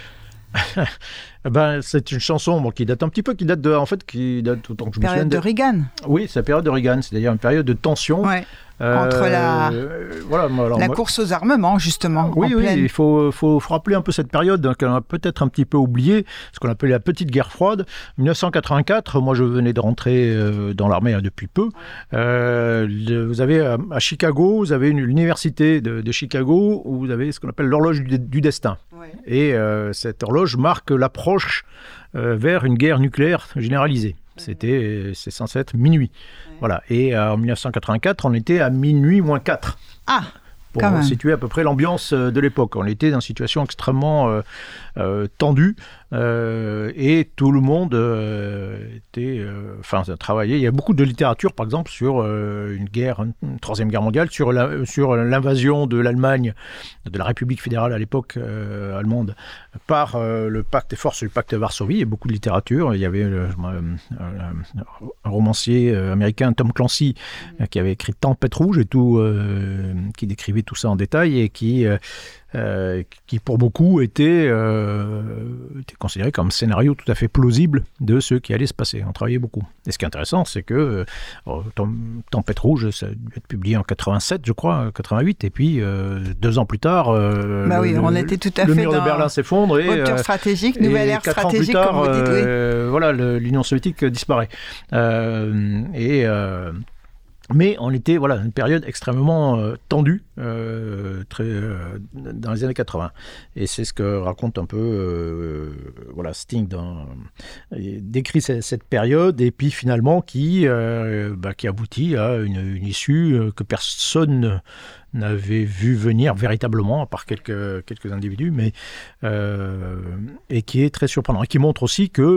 C: Ben, c'est une chanson bon, qui date un petit peu, qui date de, en fait, qui date autant que je me souviens.
B: Période de Reagan.
C: Oui, c'est la période de Reagan, c'est-à-dire une période de tension.
B: Ouais.
C: Euh,
B: Entre la,
C: euh, voilà, alors,
B: la
C: moi,
B: course aux armements, justement.
C: Oui,
B: en
C: oui,
B: pleine...
C: il faut, faut, faut rappeler un peu cette période hein, qu'on a peut-être un petit peu oubliée, ce qu'on appelait la petite guerre froide. dix-neuf cent quatre-vingt-quatre, moi je venais de rentrer euh, dans l'armée hein, depuis peu. Euh, le, vous avez à, à Chicago, vous avez une, l'université de, de Chicago où vous avez ce qu'on appelle l'horloge du, du destin. Ouais. Et euh, cette horloge marque l'approche euh, vers une guerre nucléaire généralisée. C'était, c'est censé être minuit. Ouais. Voilà. Et euh, en dix-neuf cent quatre-vingt-quatre, on était à minuit moins quatre.
B: Ah,
C: pour situer à peu près l'ambiance de l'époque. On était dans une situation extrêmement euh, euh, tendue euh, et tout le monde euh, était, enfin, euh, travaillait. Il y a beaucoup de littérature, par exemple, sur euh, une guerre, une troisième guerre mondiale, sur, la, sur l'invasion de l'Allemagne, de la République fédérale à l'époque euh, allemande, par euh, le pacte, les forces du pacte de Varsovie. Il y a beaucoup de littérature. Il y avait euh, un romancier américain, Tom Clancy, mmh. qui avait écrit Tempête rouge et tout, euh, qui décrivait tout ça en détail et qui, euh, euh, qui pour beaucoup était, euh, était considéré comme scénario tout à fait plausible de ce qui allait se passer. On travaillait beaucoup. Et ce qui est intéressant, c'est que euh, Tempête rouge, ça a dû être publié en quatre-vingt-sept, je crois, quatre-vingt-huit, et puis euh, deux ans plus tard, euh,
B: bah oui,
C: le,
B: on était tout à
C: le
B: fait
C: mur
B: dans
C: de Berlin s'effondre et
B: rupture stratégique, nouvelle ère stratégique,
C: tard,
B: comme vous dites. Oui.
C: Euh, voilà, le, l'Union soviétique disparaît. Euh, et euh, Mais on était voilà, dans une période extrêmement euh, tendue euh, très, euh, dans les années quatre-vingts. Et c'est ce que raconte un peu euh, voilà, Sting. Dans, il décrit cette, cette période et puis finalement qui, euh, bah, qui aboutit à une, une issue que personne n'avait vu venir véritablement, à part quelques, quelques individus, mais, euh, et qui est très surprenant. Et qui montre aussi que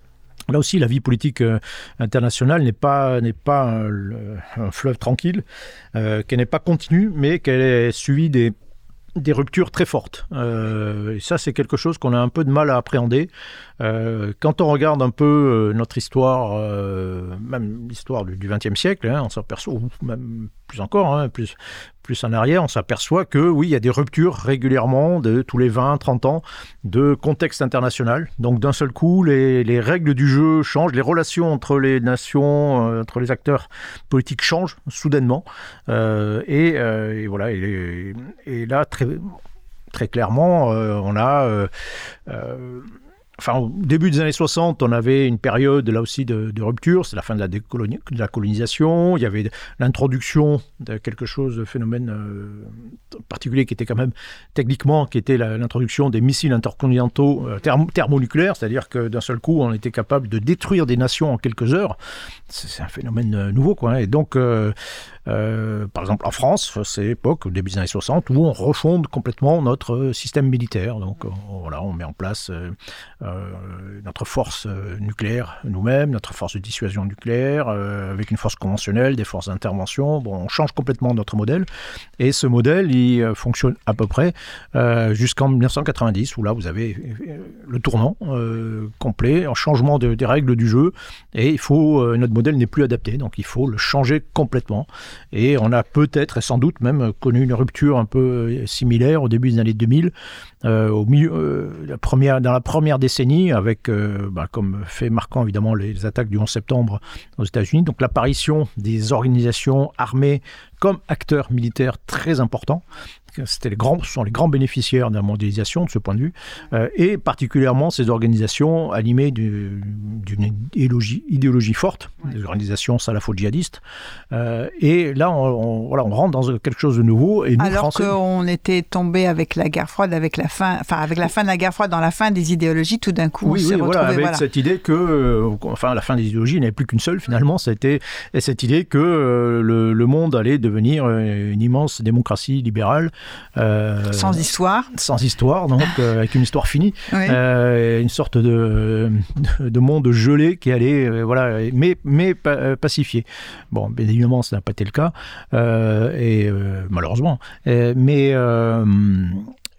C: là aussi, la vie politique euh, internationale n'est pas, n'est pas un, un fleuve tranquille, euh, qu'elle n'est pas continue, mais qu'elle est suivie des, des ruptures très fortes. Euh, et ça, c'est quelque chose qu'on a un peu de mal à appréhender. Euh, quand on regarde un peu euh, notre histoire, euh, même l'histoire du vingtième siècle, hein, on s'aperçoit, ou même plus encore, hein, plus, plus en arrière, on s'aperçoit que oui, il y a des ruptures régulièrement de tous les vingt, trente ans de contexte international. Donc d'un seul coup, les, les règles du jeu changent, les relations entre les nations, euh, entre les acteurs politiques changent soudainement. Euh, et, euh, et voilà, et, et là, très, très clairement, euh, on a... Euh, euh, Enfin, au début des années soixante, on avait une période là aussi de, de rupture, c'est la fin de la, décoloni- de la colonisation, il y avait l'introduction de quelque chose, de phénomène euh, particulier qui était quand même techniquement, qui était la, l'introduction des missiles intercontinentaux euh, thermo- thermonucléaires, c'est-à-dire que d'un seul coup, on était capable de détruire des nations en quelques heures. C'est, c'est un phénomène euh, nouveau, quoi. Hein. Et donc, euh, euh, par exemple, en France, c'est l'époque, au début des années soixante, où on refonde complètement notre système militaire. Donc, on, voilà, on met en place... Euh, Euh, notre force euh, nucléaire nous-mêmes, notre force de dissuasion nucléaire, euh, avec une force conventionnelle, des forces d'intervention. Bon, on change complètement notre modèle. Et ce modèle, il euh, fonctionne à peu près euh, jusqu'en dix-neuf cent quatre-vingt-dix, où là, vous avez euh, le tournant euh, complet, un changement de, des règles du jeu. Et il faut, euh, notre modèle n'est plus adapté, donc il faut le changer complètement. Et on a peut-être, et sans doute même, connu une rupture un peu similaire au début des années deux mille, euh, au milieu, euh, la première, dans la première décennie, avec, euh, bah, comme fait marquant évidemment les attaques du onze septembre aux États-Unis, donc l'apparition des organisations armées comme acteurs militaires très importants. C'était les grands, ce sont les grands bénéficiaires de la mondialisation de ce point de vue, euh, et particulièrement ces organisations animées du, d'une idéologie, idéologie forte, ouais. Des organisations salafo-djihadistes. Euh, et là, on, on, voilà, on rentre dans quelque chose de nouveau. Et nous,
B: Alors
C: Français,
B: qu'on était tombé avec la guerre froide, avec la fin, enfin avec la fin de la guerre froide, dans la fin des idéologies, tout d'un coup,
C: oui,
B: on s'est
C: oui,
B: retrouvé,
C: voilà, avec
B: voilà.
C: cette idée que, euh, enfin, la fin des idéologies, il n'y avait plus qu'une seule finalement. C'était cette idée que euh, le, le monde allait devenir une immense démocratie libérale. Euh,
B: sans histoire.
C: Sans histoire, donc euh, avec une histoire finie, oui. euh, une sorte de, de, de monde gelé qui allait, euh, voilà, mais, mais pa- pacifié. Bon, bien évidemment, ça n'a pas été le cas, euh, et euh, malheureusement. Euh, mais, euh,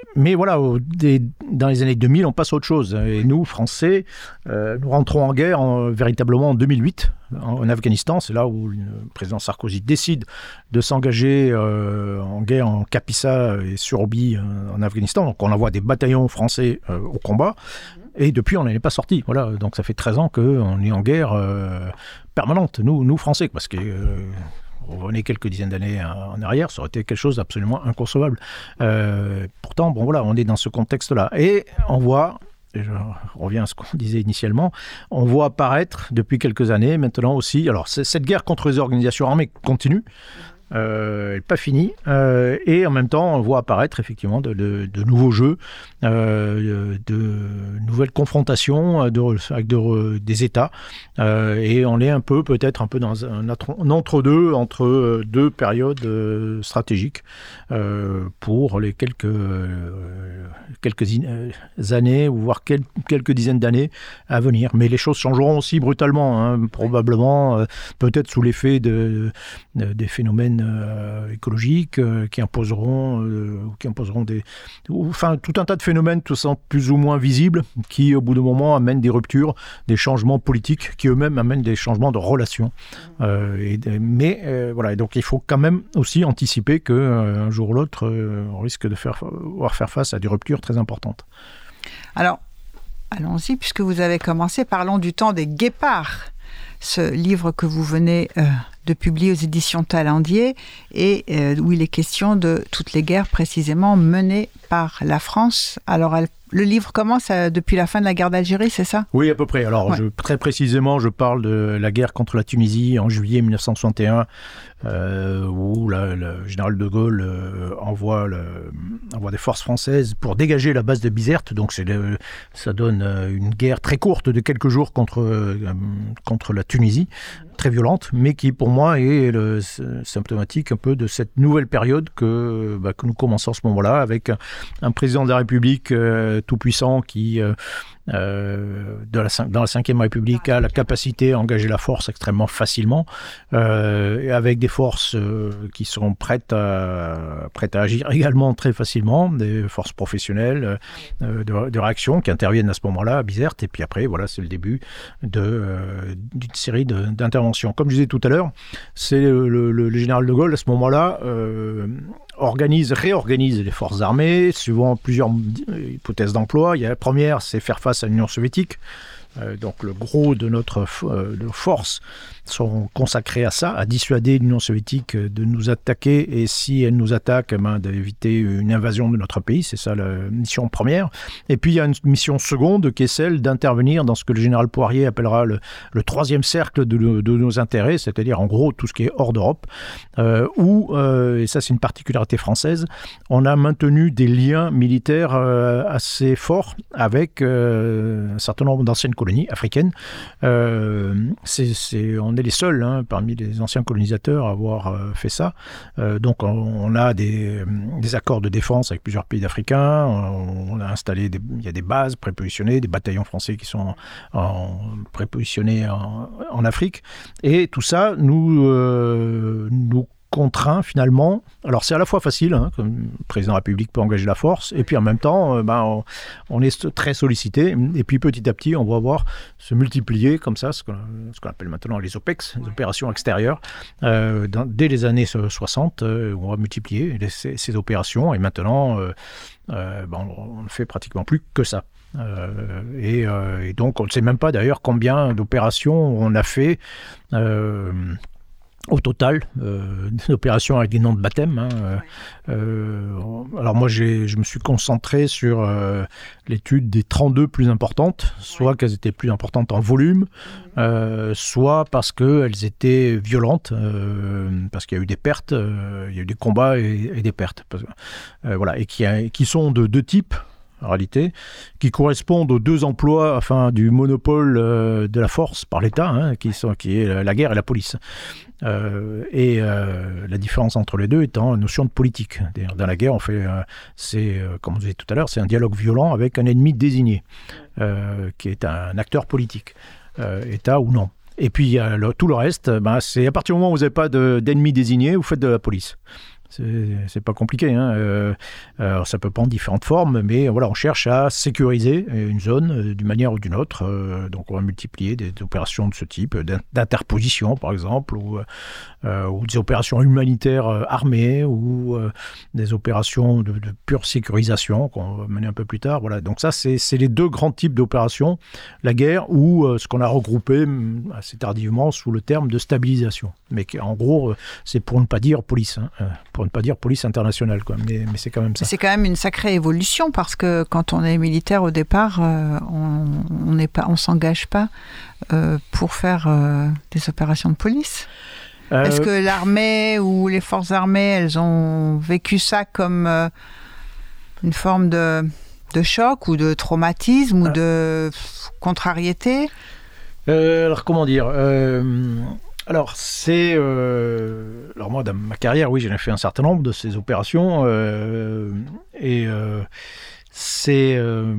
C: mais voilà, au, des, dans les années deux mille, on passe à autre chose. Et nous, Français, euh, nous rentrons en guerre en, véritablement en deux mille huit, en, en Afghanistan. C'est là où le président Sarkozy décide de s'engager euh, en guerre en Kapisa et Surobi euh, en Afghanistan. Donc on envoie des bataillons français euh, au combat. Et depuis, on n'en est pas sorti. Voilà. Donc ça fait treize ans qu'on est en guerre euh, permanente, nous, nous Français, parce que... Euh, on revenait quelques dizaines d'années en arrière, ça aurait été quelque chose d'absolument inconcevable. Euh, pourtant, bon voilà, on est dans ce contexte-là. Et on voit, et je reviens à ce qu'on disait initialement, on voit apparaître depuis quelques années maintenant aussi, alors cette guerre contre les organisations armées continue, Euh, elle n'est pas finie, euh, et en même temps on voit apparaître effectivement de, de, de nouveaux jeux, euh, de, de nouvelles confrontations de, avec de, des États, euh, et on est un peu peut-être un peu dans un, un entre-deux entre deux périodes euh, stratégiques euh, pour les quelques, euh, quelques in- années ou voire quel, quelques dizaines d'années à venir. Mais les choses changeront aussi brutalement, hein, probablement euh, peut-être sous l'effet de, de, des phénomènes Euh, écologiques euh, qui imposeront, euh, qui imposeront des, enfin tout un tas de phénomènes tout ça plus ou moins visibles qui au bout d'un moment amènent des ruptures, des changements politiques qui eux-mêmes amènent des changements de relations. Euh, et de, mais euh, voilà, et donc il faut quand même aussi anticiper que euh, un jour ou l'autre euh, on risque de faire, devoir faire face à des ruptures très importantes.
B: Alors allons-y, puisque vous avez commencé, parlons du temps des guépards. Ce livre que vous venez euh, de publier aux éditions Talendier et euh, où il est question de toutes les guerres précisément menées par la France. Alors, elle, le livre commence euh, depuis la fin de la guerre d'Algérie, c'est ça ?
C: Oui, à peu près. Alors, ouais. je, très précisément, je parle de la guerre contre la Tunisie en juillet mille neuf cent soixante et un, euh, où la, le général de Gaulle euh, envoie, le, envoie des forces françaises pour dégager la base de Bizerte. Donc, c'est le, ça donne une guerre très courte de quelques jours contre, euh, contre la Tunisie, très violente, mais qui, pour moi, est le, symptomatique un peu de cette nouvelle période que, bah, que nous commençons en ce moment-là, avec un, un président de la République euh, tout-puissant qui... Euh, Euh, de la, dans la cinquième République a la capacité à engager la force extrêmement facilement, euh, et avec des forces euh, qui sont prêtes à, prêtes à agir également très facilement, des forces professionnelles euh, de, de réaction qui interviennent à ce moment-là à Bizerte, et puis après voilà, c'est le début de, euh, d'une série de, d'interventions. Comme je disais tout à l'heure, c'est le, le, le général de Gaulle à ce moment-là euh, organise, réorganise les forces armées suivant plusieurs hypothèses d'emploi. Il y a la première, c'est faire face à l'Union soviétique. Euh, donc le gros de notre euh, de force sont consacrés à ça, à dissuader l'Union soviétique de nous attaquer, et si elle nous attaque, eh ben, d'éviter une invasion de notre pays. C'est ça la mission première. Et puis il y a une mission seconde qui est celle d'intervenir dans ce que le général Poirier appellera le, le troisième cercle de, de, de nos intérêts, c'est-à-dire en gros tout ce qui est hors d'Europe, euh, où, euh, et ça c'est une particularité française, on a maintenu des liens militaires euh, assez forts avec euh, un certain nombre d'anciennes colonies africaines. Euh, c'est, c'est, on est les seuls hein, parmi les anciens colonisateurs à avoir euh, fait ça. Euh, donc on, on a des, des accords de défense avec plusieurs pays africains. On, on a installé, des, il y a des bases prépositionnées, des bataillons français qui sont en, en, prépositionnés en, en Afrique. Et tout ça nous, euh, nous contraint finalement. Alors c'est à la fois facile, hein, comme le président de la République peut engager la force, et puis en même temps, euh, ben, on, on est très sollicité, et puis petit à petit, on va voir se multiplier comme ça, ce qu'on, ce qu'on appelle maintenant les O P E X, les opérations extérieures, euh, dans, dès les années soixante, euh, on va multiplier les, ces, ces opérations, et maintenant, euh, euh, ben, on ne fait pratiquement plus que ça. Euh, et, euh, et donc, on ne sait même pas d'ailleurs combien d'opérations on a fait euh, au total, euh, des opérations avec des noms de baptême. Hein, euh, euh, alors moi, j'ai, je me suis concentré sur euh, l'étude des trente-deux plus importantes, soit qu'elles étaient plus importantes en volume, euh, soit parce qu'elles étaient violentes, euh, parce qu'il y a eu des pertes, euh, il y a eu des combats et, et des pertes. Parce, euh, voilà, et qui, a, qui sont de deux types, en réalité, qui correspondent aux deux emplois, enfin, du monopole euh, de la force par l'État, hein, qui, sont, qui est la guerre et la police. Euh, et euh, la différence entre les deux étant la notion de politique. D'ailleurs, dans la guerre, on fait, euh, c'est, euh, comme on disait tout à l'heure, c'est un dialogue violent avec un ennemi désigné, euh, qui est un acteur politique, euh, État ou non. Et puis, il y a le, tout le reste, ben, c'est à partir du moment où vous n'avez pas de, d'ennemi désigné, vous faites de la police. C'est, c'est pas compliqué. Hein. Euh, alors ça peut prendre différentes formes, mais voilà, on cherche à sécuriser une zone euh, d'une manière ou d'une autre. Euh, donc on va multiplier des, des opérations de ce type, d'interposition par exemple, ou, euh, ou des opérations humanitaires euh, armées, ou euh, des opérations de, de pure sécurisation qu'on va mener un peu plus tard. Voilà. Donc ça, c'est, c'est les deux grands types d'opérations. La guerre ou euh, ce qu'on a regroupé assez tardivement sous le terme de stabilisation. Mais en gros, euh, c'est pour ne pas dire police. Hein. Euh, pour ne pas dire police internationale, quoi. Mais, mais c'est quand même ça.
B: C'est quand même une sacrée évolution, parce que quand on est militaire au départ, euh, on on n'est pas, on s'engage pas euh, pour faire euh, des opérations de police. Euh... Est-ce que l'armée ou les forces armées, elles ont vécu ça comme euh, une forme de, de choc ou de traumatisme ou de contrariété ?
C: euh, Alors, comment dire euh... Alors, c'est... Euh... Alors, moi, dans ma carrière, oui, j'en ai fait un certain nombre de ces opérations. Euh... Et euh... c'est... Euh...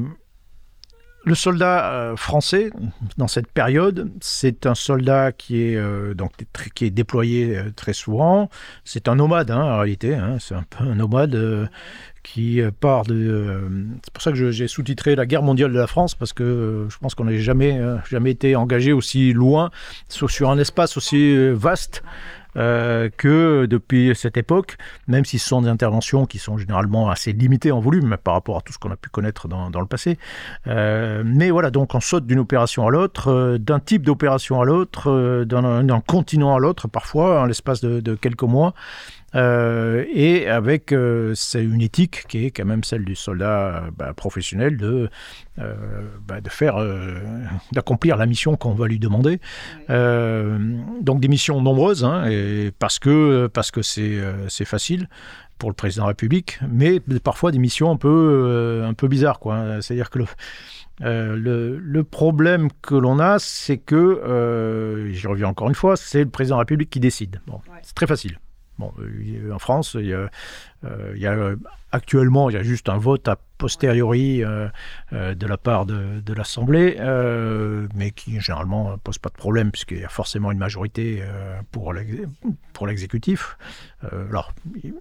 C: Le soldat euh, français, dans cette période, c'est un soldat qui est, euh, donc, qui est déployé euh, très souvent. C'est un nomade, hein, en réalité. Hein, c'est un peu un nomade euh, qui part de... Euh, c'est pour ça que je, j'ai sous-titré « La guerre mondiale de la France », parce que euh, je pense qu'on n'a jamais, euh, jamais été engagé aussi loin, sur, sur un espace aussi vaste. Euh, que depuis cette époque, même si ce sont des interventions qui sont généralement assez limitées en volume par rapport à tout ce qu'on a pu connaître dans, dans le passé. Euh, mais voilà, donc on saute d'une opération à l'autre, euh, d'un type d'opération à l'autre, euh, d'un, d'un continent à l'autre, parfois, en l'espace de, de quelques mois. Euh, et avec euh, c'est une éthique qui est quand même celle du soldat bah, professionnel de, euh, bah, de faire, euh, d'accomplir la mission qu'on va lui demander. Euh, donc des missions nombreuses, hein, et parce que, parce que c'est, euh, c'est facile pour le président de la République, mais parfois des missions un peu, euh, un peu bizarres, quoi. C'est-à-dire que le, Euh, le, le problème que l'on a, c'est que, euh, j'y reviens encore une fois, c'est le président de la République qui décide. Bon, ouais. C'est très facile. Bon, en France, il y a, euh, il y a, actuellement, il y a juste un vote a posteriori euh, euh, de la part de, de l'Assemblée, euh, mais qui généralement ne pose pas de problème, puisqu'il y a forcément une majorité euh, pour, l'ex- pour l'exécutif. Euh, alors,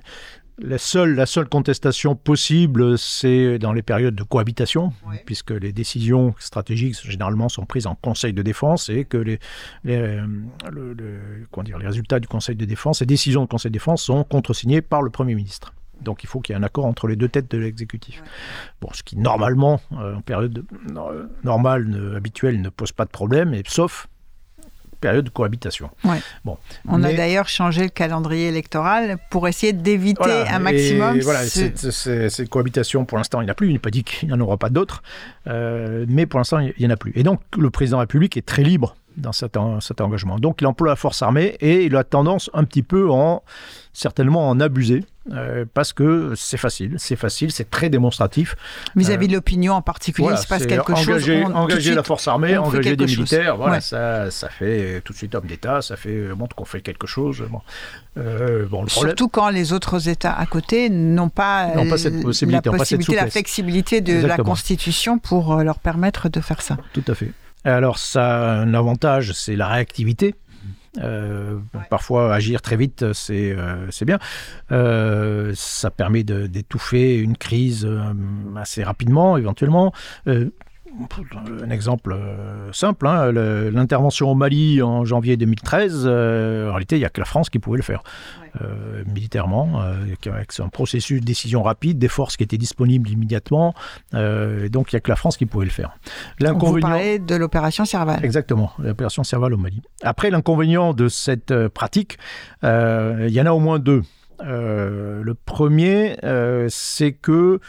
C: la seule, la seule contestation possible, c'est dans les périodes de cohabitation, oui. Puisque les décisions stratégiques, généralement, sont prises en Conseil de défense et que les, les, le, le, comment dire, les résultats du Conseil de défense, les décisions du Conseil de défense sont contresignés par le Premier ministre. Donc il faut qu'il y ait un accord entre les deux têtes de l'exécutif. Ouais. Bon, ce qui, normalement, euh, en période euh, normale, ne, habituelle, ne pose pas de problème, et, sauf... période de cohabitation.
B: Ouais. Bon, on mais... a d'ailleurs changé le calendrier électoral pour essayer d'éviter voilà, un maximum.
C: Et voilà, ce... cette, cette, cette cohabitation, pour l'instant, il n'y en a plus. Il n'est pas dit qu'il n'y en aura pas d'autres, euh, mais pour l'instant, il n'y en a plus. Et donc, le président de la République est très libre dans cet, en, cet engagement. Donc, il emploie la force armée et il a tendance un petit peu en, certainement, en abuser. Euh, parce que c'est facile, c'est facile, c'est très démonstratif.
B: Vis-à-vis euh, de l'opinion en particulier, voilà, il se passe quelque
C: engager,
B: chose. On,
C: engager
B: suite,
C: la force armée, engager des militaires, voilà,
B: ouais.
C: ça, ça fait tout de suite homme d'État, ça fait montre qu'on fait quelque chose. Bon. Euh, bon, le problème...
B: Surtout quand les autres États à côté n'ont pas,
C: n'ont pas cette possibilité,
B: la,
C: pas cette
B: possibilité la flexibilité de Exactement. La Constitution pour leur permettre de faire ça.
C: Tout à fait. Alors, ça a un avantage, c'est la réactivité. Euh, ouais. Parfois, agir très vite, c'est, euh, c'est bien. Euh, ça permet de, d'étouffer une crise euh, assez rapidement, éventuellement. Euh, un exemple euh, simple, hein, le, l'intervention au Mali en janvier deux mille treize, euh, en réalité, il n'y a que la France qui pouvait le faire. Ouais. Euh, militairement, euh, avec un processus de décision rapide, des forces qui étaient disponibles immédiatement, euh, et donc il n'y a que la France qui pouvait le faire.
B: L'inconvénient... Vous parlez de l'opération Serval.
C: Exactement, l'opération Serval au Mali. Après, l'inconvénient de cette euh, pratique, euh, il y en a au moins deux. Euh, le premier, euh, c'est que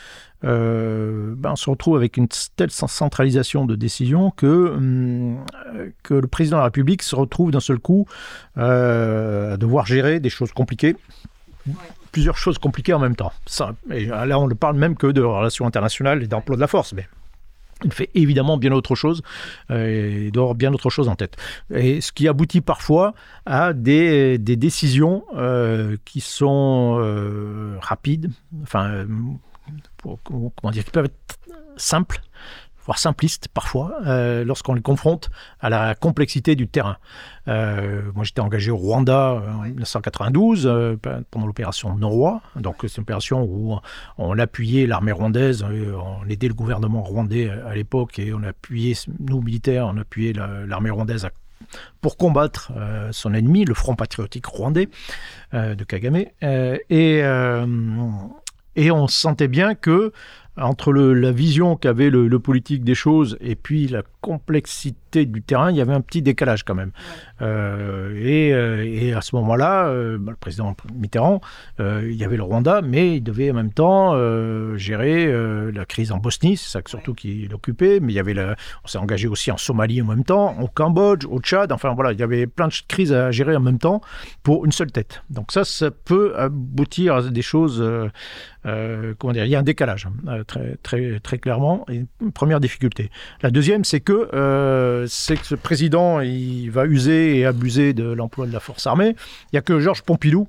C: Euh, ben on se retrouve avec une telle centralisation de décision que, hum, que le président de la République se retrouve d'un seul coup euh, à devoir gérer des choses compliquées, ouais. plusieurs choses compliquées en même temps. Ça, et là, on ne parle même que de relations internationales et d'emploi de la force, mais il fait évidemment bien autre chose, euh, il doit avoir bien autre chose en tête. Et ce qui aboutit parfois à des, des décisions euh, qui sont euh, rapides, enfin... Euh, Pour, comment dire, qui peuvent être simples, voire simplistes parfois, euh, lorsqu'on les confronte à la complexité du terrain. Euh, moi, j'étais engagé au Rwanda euh, en dix-neuf cent quatre-vingt-douze, euh, pendant l'opération Noroi. Donc, c'est une opération où on appuyait l'armée rwandaise, euh, on aidait le gouvernement rwandais à l'époque, et on appuyait, nous militaires, on appuyait la, l'armée rwandaise à pour combattre euh, son ennemi, le Front patriotique rwandais euh, de Kagame. Euh, et, euh, et on sentait bien que entre le, la vision qu'avait le, le politique des choses et puis la complexité du terrain, il y avait un petit décalage quand même. Ouais. Euh, et, euh, et à ce moment-là, euh, bah, le président Mitterrand, euh, il y avait le Rwanda, mais il devait en même temps euh, gérer euh, la crise en Bosnie, c'est ça que surtout ouais. qui l'occupait, mais il y avait la, on s'est engagé aussi en Somalie en même temps, au Cambodge, au Tchad, enfin voilà, il y avait plein de crises à gérer en même temps pour une seule tête. Donc ça, ça peut aboutir à des choses, euh, euh, comment dire, il y a un décalage, euh, très, très, très clairement, et une première difficulté. La deuxième, c'est que Euh, c'est que ce président, il va user et abuser de l'emploi de la force armée. Il n'y a que Georges Pompidou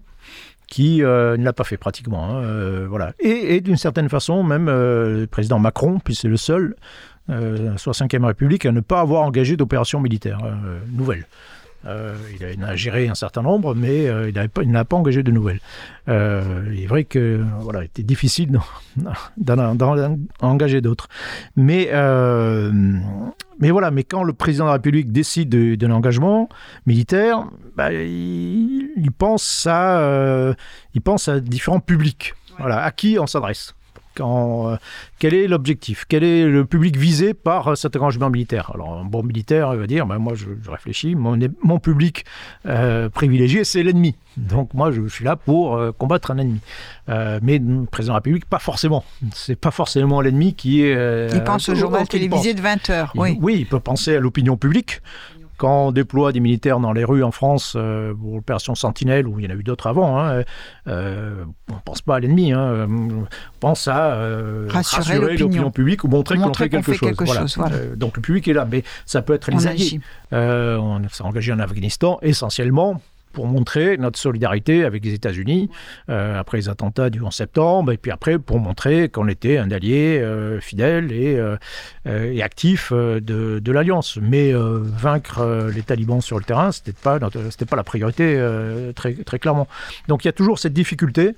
C: qui euh, ne l'a pas fait pratiquement. Hein, euh, voilà. et, et d'une certaine façon, même euh, le président Macron, puis c'est le seul, euh, sous la cinquième République, à ne pas avoir engagé d'opération militaire euh, nouvelle. Euh, il, a, il a géré un certain nombre, mais euh, il, pas, il n'a pas engagé de nouvelles. Euh, il est vrai que voilà, c'était difficile d'en, d'en, d'en, d'en engager d'autres. Mais, euh, mais voilà, mais quand le président de la République décide de, d'un engagement militaire, bah, il, il, pense à, euh, il pense à différents publics. Ouais. Voilà, à qui on s'adresse. Quand, euh, quel est l'objectif? Quel est le public visé par euh, cet engagement militaire? Alors, un bon militaire il va dire, ben, moi, je, je réfléchis, mon, mon public euh, privilégié, c'est l'ennemi. Donc, moi, je, je suis là pour euh, combattre un ennemi. Euh, mais le président de la République, pas forcément. C'est pas forcément l'ennemi qui est... Euh,
B: il pense au journal télévisé de vingt heures, oui.
C: Il, oui, il peut penser à l'opinion publique. Quand on déploie des militaires dans les rues en France euh, pour l'opération Sentinelle, où il y en a eu d'autres avant, hein, euh, on ne pense pas à l'ennemi, hein, on pense à euh, rassurer, rassurer l'opinion. l'opinion publique ou montrer, montrer qu'on, fait qu'on quelque, fait quelque chose. chose voilà. Voilà. Euh, donc le public est là, mais ça peut être les alliés. Euh, on s'est engagé en Afghanistan essentiellement pour montrer notre solidarité avec les États-Unis euh, après les attentats du onze septembre, et puis après pour montrer qu'on était un allié euh, fidèle et, euh, et actif euh, de, de l'Alliance. Mais euh, vaincre euh, les talibans sur le terrain, c'était pas notre, c'était pas la priorité euh, très, très clairement. Donc il y a toujours cette difficulté.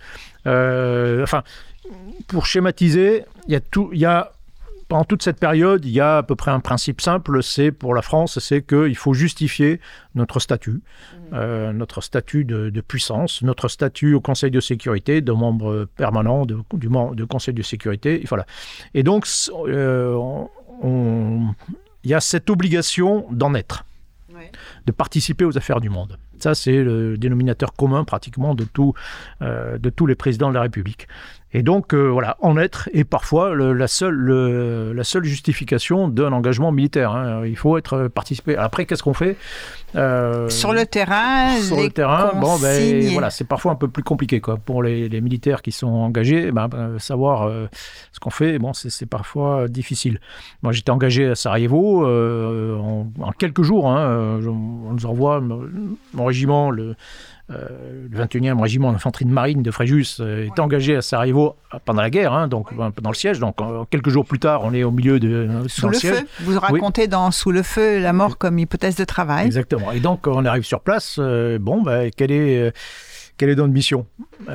C: Euh, enfin, pour schématiser, il y a tout, il y a pendant toute cette période, il y a à peu près un principe simple, c'est pour la France, c'est qu'il faut justifier notre statut, mmh. euh, notre statut de, de puissance, notre statut au Conseil de sécurité, de membre permanent de, du de Conseil de sécurité. Et, voilà. et donc, euh, on, on, il y a cette obligation d'en être, ouais. de participer aux affaires du monde. Ça, c'est le dénominateur commun pratiquement de, tout, euh, de tous les présidents de la République. Et donc, euh, voilà, en être est parfois le, la, seule, le, la seule justification d'un engagement militaire. Hein. Il faut être participé. Après, qu'est-ce qu'on fait euh,
B: Sur le terrain,
C: Sur
B: les
C: le terrain, bon, ben,
B: consignes.
C: voilà, c'est parfois un peu plus compliqué, quoi. Pour les, les militaires qui sont engagés, ben, ben, savoir euh, ce qu'on fait, bon, c'est, c'est parfois difficile. Moi, j'étais engagé à Sarajevo euh, en, en quelques jours. Hein, je, on nous envoie mon régiment, le... Euh, le vingt et unième régiment d'infanterie de marine de Fréjus euh, est engagé à Sarajevo pendant la guerre, hein, donc pendant le siège. Donc euh, quelques jours plus tard, on est au milieu de
B: sous le
C: siège.
B: feu. Vous racontez oui. dans Sous le feu la mort comme hypothèse de travail.
C: Exactement. Et donc on arrive sur place. Euh, bon, bah, quelle est euh, quelle est notre mission?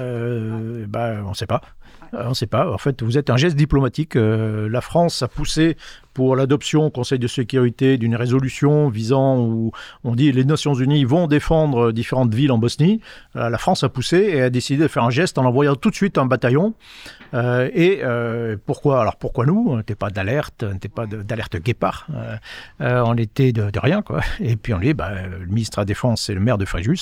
C: euh, bah, on ne sait pas. Euh, on ne sait pas. En fait, vous êtes un geste diplomatique. Euh, la France a poussé pour l'adoption au Conseil de sécurité d'une résolution visant où on dit que les Nations Unies vont défendre différentes villes en Bosnie. Euh, la France a poussé et a décidé de faire un geste en envoyant tout de suite un bataillon. Euh, et euh, pourquoi Alors pourquoi nous? On n'était pas d'alerte, on n'était pas de, d'alerte guépard. Euh, euh, on était de, de rien, quoi. Et puis on dit, bah, le ministre de la Défense, c'est le maire de Fréjus.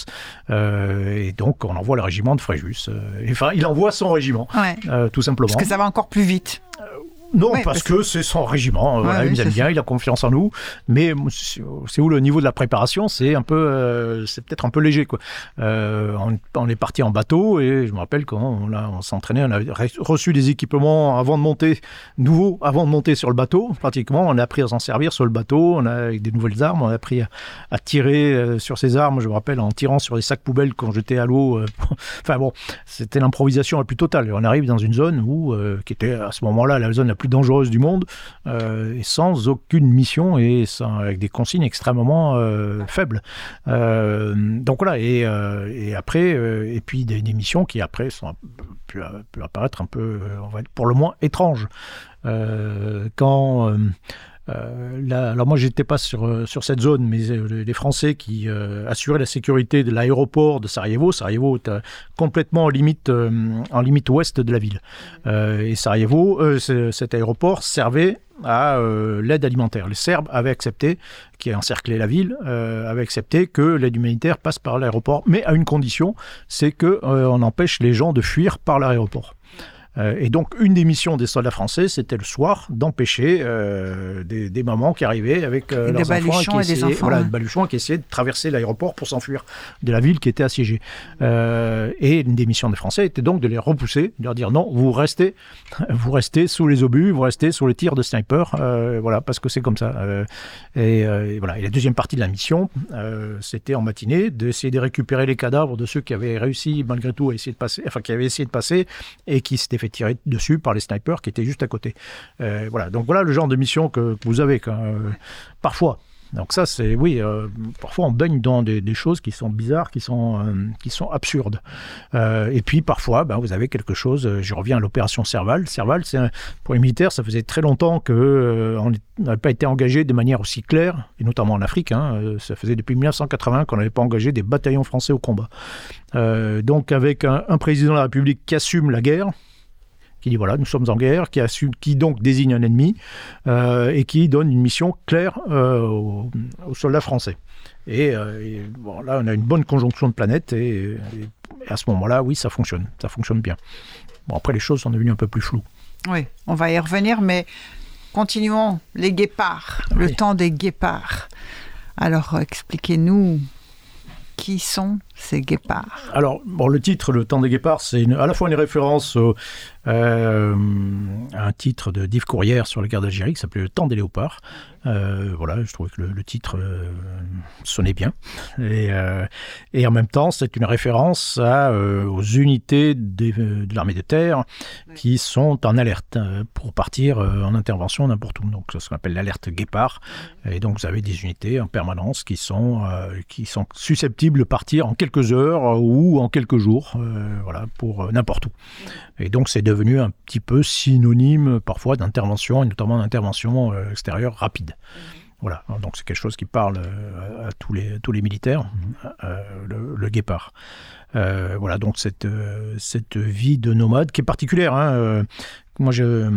C: Euh, et donc on envoie le régiment de Fréjus. Euh, enfin, il envoie son régiment, ouais. euh, tout simplement.
B: Parce que ça va encore plus vite.
C: Euh, Non, oui, parce, parce que c'est son régiment. Ouais, voilà, oui, il nous aime bien, il a confiance en nous. Mais c'est où le niveau de la préparation, c'est un peu, euh, c'est peut-être un peu léger, quoi. Euh, on, on est parti en bateau et je me rappelle quand on, a, on s'entraînait, on a reçu des équipements avant de monter, nouveaux avant de monter sur le bateau. Pratiquement, on a appris à s'en servir sur le bateau. On a avec des nouvelles armes, on a appris à, à tirer euh, sur ces armes. Je me rappelle en tirant sur des sacs poubelles quand j'étais à l'eau. Euh, enfin bon, c'était l'improvisation la plus totale. Et on arrive dans une zone où, euh, qui était à ce moment-là la zone la plus plus dangereuses du monde, euh, et sans aucune mission et sans, avec des consignes extrêmement euh, faibles. Euh, donc voilà, et, euh, et après, euh, et puis des, des missions qui après sont pu, pu apparaître un peu, on va dire, pour le moins étranges. Euh, quand euh, Euh, là, alors moi, j'étais pas sur sur cette zone, mais euh, les Français qui euh, assuraient la sécurité de l'aéroport de Sarajevo. Sarajevo est euh, complètement en limite euh, en limite ouest de la ville. Euh, et Sarajevo, euh, cet aéroport servait à euh, l'aide alimentaire. Les Serbes avaient accepté, qui encerclaient la ville, euh, avaient accepté que l'aide humanitaire passe par l'aéroport, mais à une condition, c'est que euh, on empêche les gens de fuir par l'aéroport. Et donc, une des missions des soldats français, c'était le soir d'empêcher euh, des, des mamans qui arrivaient avec euh, leurs enfants et, qui essayaient, et des enfants, voilà, ouais. baluchons qui essayaient de traverser l'aéroport pour s'enfuir de la ville qui était assiégée. Euh, et une des missions des Français était donc de les repousser, de leur dire non, vous restez, vous restez sous les obus, vous restez sous les tirs de snipers, euh, voilà, parce que c'est comme ça. Euh, et, euh, et voilà. Et la deuxième partie de la mission, euh, c'était en matinée d'essayer de récupérer les cadavres de ceux qui avaient réussi malgré tout à essayer de passer, enfin qui avaient essayé de passer et qui s'étaient fait tirer dessus par les snipers qui étaient juste à côté. Euh, voilà, donc voilà le genre de mission que, que vous avez quand, euh, parfois. Donc ça, c'est, oui, euh, parfois on baigne dans des, des choses qui sont bizarres, qui sont, euh, qui sont absurdes. Euh, et puis parfois, ben, vous avez quelque chose, je reviens à l'opération Serval. Serval, c'est un, pour les militaires, ça faisait très longtemps qu'on euh, n'avait pas été engagé de manière aussi claire, et notamment en Afrique. Hein, ça faisait depuis mille neuf cent quatre-vingts qu'on n'avait pas engagé des bataillons français au combat. Euh, donc avec un, un président de la République qui assume la guerre, qui dit voilà, nous sommes en guerre, qui, assume, qui donc désigne un ennemi euh, et qui donne une mission claire euh, aux, aux soldats français. Et, euh, et bon, là, on a une bonne conjonction de planètes et, et, et à ce moment-là, oui, ça fonctionne, ça fonctionne bien. Bon, après, les choses sont devenues un peu plus floues.
B: Oui, on va y revenir, mais continuons. Les guépards, oui. Le temps des guépards. Alors, expliquez-nous. Qui sont ces guépards ?
C: Alors, bon, le titre, Le temps des guépards, c'est une, à la fois une référence au, euh, à un titre de d'Yves Courrière sur la guerre d'Algérie qui s'appelait Le temps des léopards. Euh, voilà, je trouvais que le, le titre euh, sonnait bien. Et, euh, et en même temps, c'est une référence à, euh, aux unités de, de l'armée de terre qui sont en alerte pour partir euh, en intervention n'importe où. Donc, c'est ce qu'on appelle l'alerte guépard. Et donc, vous avez des unités en permanence qui sont, euh, qui sont susceptibles de partir en quelques heures ou en quelques jours, euh, voilà, pour euh, n'importe où. Et donc, c'est devenu un petit peu synonyme parfois d'intervention, et notamment d'intervention euh, extérieure rapide. Voilà, donc c'est quelque chose qui parle euh, à tous les, à tous les militaires, euh, le, le guépard. Euh, voilà, donc cette, euh, cette vie de nomade qui est particulière. Hein, euh, moi, je...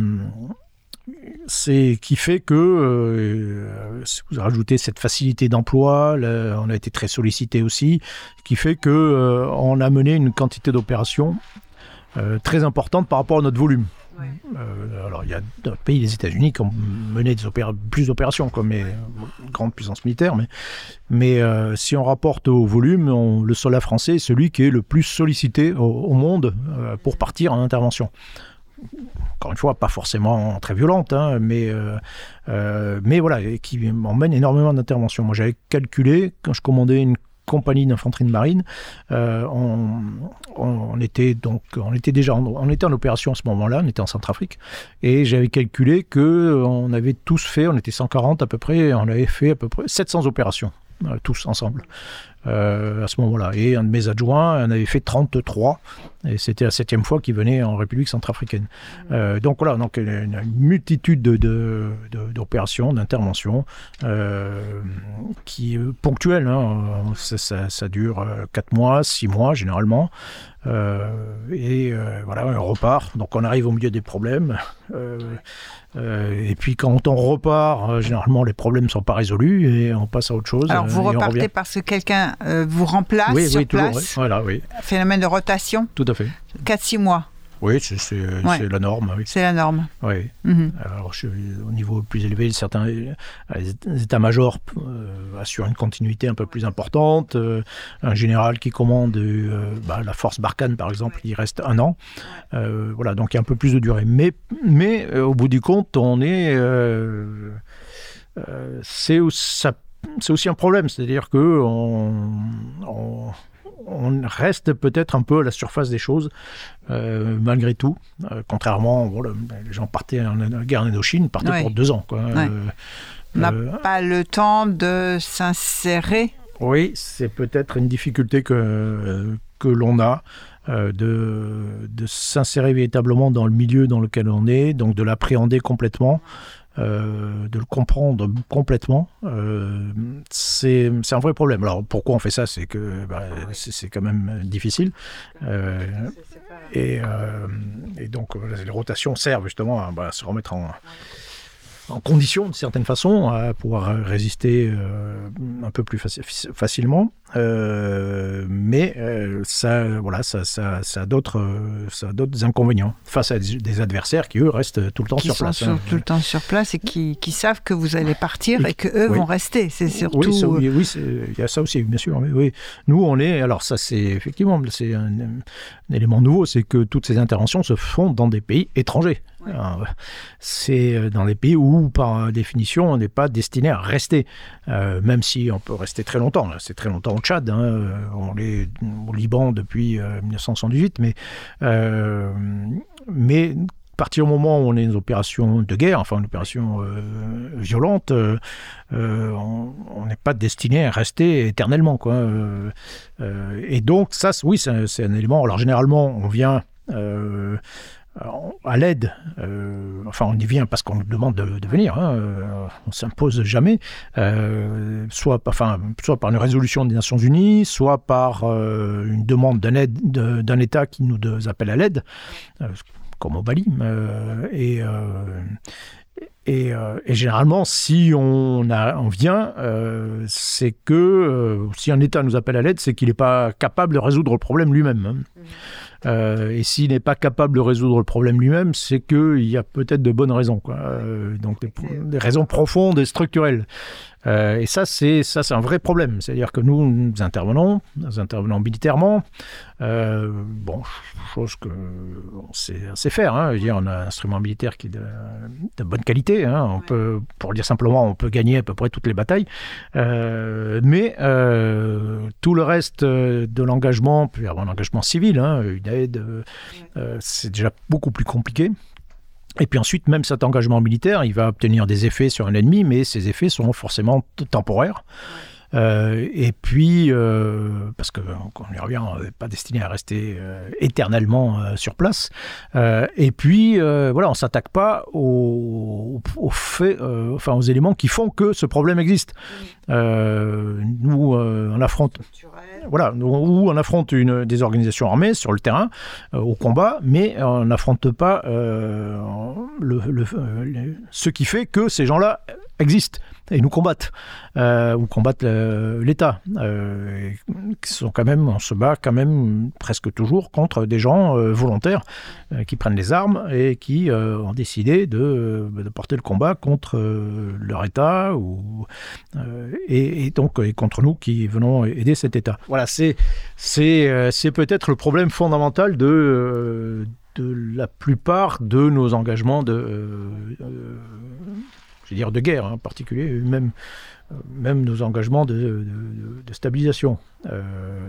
C: c'est qui fait que euh, vous rajoutez cette facilité d'emploi, là, on a été très sollicité aussi, qui fait que euh, on a mené une quantité d'opérations euh, très importante par rapport à notre volume. Ouais. Euh, alors il y a d'autres pays, les États-Unis, qui ont mené des opéra- plus d'opérations comme les grandes puissances militaires, mais, mais euh, si on rapporte au volume, on, le soldat français est celui qui est le plus sollicité au, au monde euh, pour partir en intervention. Encore une fois, pas forcément très violente, hein, mais, euh, euh, mais voilà, qui emmène énormément d'interventions. Moi, j'avais calculé, quand je commandais une compagnie d'infanterie de marine, euh, on, on, était donc, on était déjà en, on était en opération à ce moment-là, on était en Centrafrique, et j'avais calculé qu'on avait tous fait, on était cent quarante à peu près, on avait fait à peu près sept cents opérations, euh, tous ensemble. Euh, à ce moment-là. Et un de mes adjoints en avait fait trente-trois, et c'était la septième fois qu'il venait en République centrafricaine. Euh, donc voilà, donc une, une multitude de, de, de, d'opérations, d'interventions, euh, qui ponctuelles. Hein, ça, ça, ça dure quatre mois, six mois généralement. Euh, et euh, voilà, on repart. Donc on arrive au milieu des problèmes. Euh, euh, et puis quand on repart, euh, généralement les problèmes ne sont pas résolus et on passe à autre chose.
B: Alors vous repartez parce que quelqu'un euh, vous remplace
C: oui,
B: sur
C: oui, toujours,
B: place.
C: Oui. Voilà, oui.
B: Phénomène de rotation.
C: Tout à fait.
B: quatre six mois.
C: Oui, c'est, c'est,
B: ouais.
C: c'est la norme. Oui.
B: C'est la norme.
C: Oui.
B: Mm-hmm.
C: Alors, je, au niveau plus élevé, certains les états-majors euh, assurent une continuité un peu plus importante. Euh, un général qui commande euh, bah, la force Barkhane, par exemple, il reste un an. Euh, voilà, donc il y a un peu plus de durée. Mais, mais euh, au bout du compte, on est... Euh, euh, c'est, ça, c'est aussi un problème. C'est-à-dire qu'on... On, on on reste peut-être un peu à la surface des choses, euh, malgré tout. Euh, contrairement, bon, le, les gens partaient en, en guerre en Indochine, partaient
B: ouais.
C: pour deux ans. Quoi.
B: Ouais.
C: Euh,
B: on n'a
C: euh,
B: pas le temps de s'insérer.
C: Oui, c'est peut-être une difficulté que, euh, que l'on a. Euh, de, de s'insérer véritablement dans le milieu dans lequel on est, donc de l'appréhender complètement, euh, de le comprendre complètement. Euh, c'est, c'est un vrai problème. Alors pourquoi on fait ça ? C'est que bah, c'est, c'est quand même difficile. Euh, et, euh, et donc les rotations servent justement à bah, se remettre en... en condition, d'une certaine façon, à pouvoir résister euh, un peu plus faci- facilement. Euh, mais euh, ça, voilà, ça, ça, ça, a d'autres, euh, ça a d'autres inconvénients face à des, des adversaires qui, eux, restent tout le temps
B: qui
C: sur
B: sont
C: place.
B: Sur,
C: hein.
B: Tout le temps sur place et qui, qui savent que vous allez partir et, et qu'eux
C: oui.
B: vont rester. C'est surtout...
C: Oui, ça, oui, oui c'est, il y a ça aussi, bien sûr. Oui, oui. Nous, on est... Alors ça, c'est effectivement c'est un, un élément nouveau, c'est que toutes ces interventions se font dans des pays étrangers. Ouais. Alors, c'est dans des pays où, par définition, on n'est pas destiné à rester, euh, même si on peut rester très longtemps. Là, c'est très longtemps au Tchad, hein, on est au Liban depuis euh, dix-neuf cent soixante-dixhuit, mais, euh, mais à partir du moment où on est dans une opération de guerre, enfin une opération euh, violente, euh, on n'est pas destiné à rester éternellement, quoi. Euh, euh, et donc ça, oui, c'est un, c'est un élément. Alors généralement, on vient... Euh, à l'aide, euh, enfin on y vient parce qu'on nous demande de, de venir, hein, euh, on ne s'impose jamais, euh, soit, enfin, soit par une résolution des Nations Unies, soit par euh, une demande d'un, aide, de, d'un État qui nous de, appelle à l'aide, euh, comme au Mali, euh, et, euh, et, euh, et généralement si on, a, on vient, euh, c'est que euh, si un État nous appelle à l'aide, c'est qu'il n'est pas capable de résoudre le problème lui-même, hein. Mmh. Euh, et s'il n'est pas capable de résoudre le problème lui-même, c'est qu'il y a peut-être de bonnes raisons, quoi. Euh, donc des, des raisons profondes et structurelles. Euh, et ça c'est, ça, c'est un vrai problème. C'est-à-dire que nous, nous intervenons, nous intervenons militairement. Euh, bon, chose qu'on sait, on sait faire. Hein. Je veux dire, on a un instrument militaire qui est de, de bonne qualité. Hein. On peut, pour le dire simplement, on peut gagner à peu près toutes les batailles. Euh, mais euh, tout le reste de l'engagement, peut y avoir un engagement civil, hein, une aide, euh, c'est déjà beaucoup plus compliqué. Et puis ensuite, même cet engagement militaire, il va obtenir des effets sur un ennemi, mais ces effets sont forcément t- temporaires. Euh, et puis, euh, parce qu'on y revient, on n'est pas destiné à rester euh, éternellement euh, sur place. Euh, et puis, euh, voilà, on ne s'attaque pas aux, aux faits, euh, enfin aux éléments qui font que ce problème existe. Euh, nous, euh, on affronte... Voilà, où on affronte une, des organisations armées sur le terrain, euh, au combat, mais on n'affronte pas euh, le, le, le, ce qui fait que ces gens-là existent et nous combattent, euh, ou combattent le, l'État. Euh, qui sont quand même, on se bat quand même presque toujours contre des gens euh, volontaires euh, qui prennent les armes et qui euh, ont décidé de, de porter le combat contre euh, leur État ou, euh, et, et donc et contre nous qui venons aider cet État. Voilà, c'est, c'est, euh, c'est peut-être le problème fondamental de, euh, de la plupart de nos engagements de... Euh, euh, je veux dire de guerre en particulier, même, même nos engagements de, de, de stabilisation. Euh,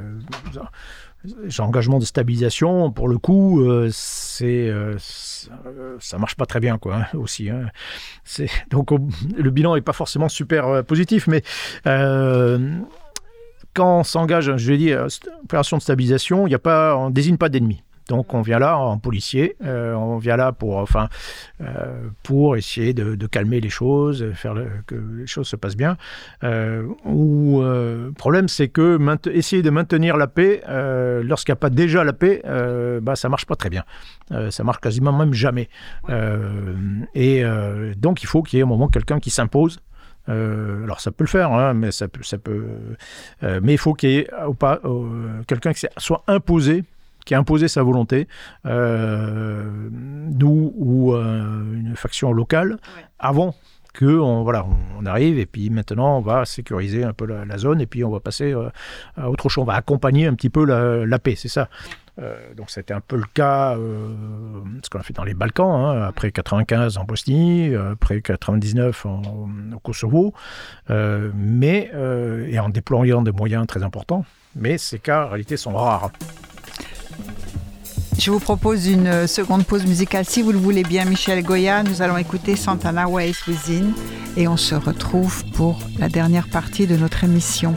C: les engagements de stabilisation, pour le coup, euh, c'est, euh, ça ne marche pas très bien, quoi, hein, aussi. Hein. C'est, donc au, le bilan n'est pas forcément super euh, positif, mais euh, quand on s'engage, je vais dire, opération de stabilisation, y a pas, on ne désigne pas d'ennemis. Donc on vient là en policier, euh, on vient là pour, enfin, euh, pour essayer de, de calmer les choses, faire le, que les choses se passent bien. Euh, ou, euh, le problème, c'est que mainte- essayer de maintenir la paix, euh, lorsqu'il n'y a pas déjà la paix, euh, bah, ça ne marche pas très bien. Euh, ça marche quasiment même jamais. Euh, et euh, donc il faut qu'il y ait un moment quelqu'un qui s'impose. Euh, alors ça peut le faire, hein, mais ça peut, ça peut. Euh, mais il faut qu'il y ait ou pas, euh, quelqu'un qui soit imposé. qui a imposé sa volonté, euh, nous ou euh, une faction locale, ouais. avant qu'on voilà, on arrive et puis maintenant on va sécuriser un peu la, la zone et puis on va passer euh, à autre chose, on va accompagner un petit peu la, la paix, c'est ça. Euh, donc c'était un peu le cas, euh, ce qu'on a fait dans les Balkans, hein, après quatre-vingt-quinze en Bosnie, après quatre-vingt-dix-neuf en, au Kosovo, euh, mais, euh, et en déployant des moyens très importants, mais ces cas en réalité sont rares.
B: Je vous propose une seconde pause musicale, si vous le voulez bien, Michel Goya. Nous allons écouter Santana Ways Within et on se retrouve pour la dernière partie de notre émission.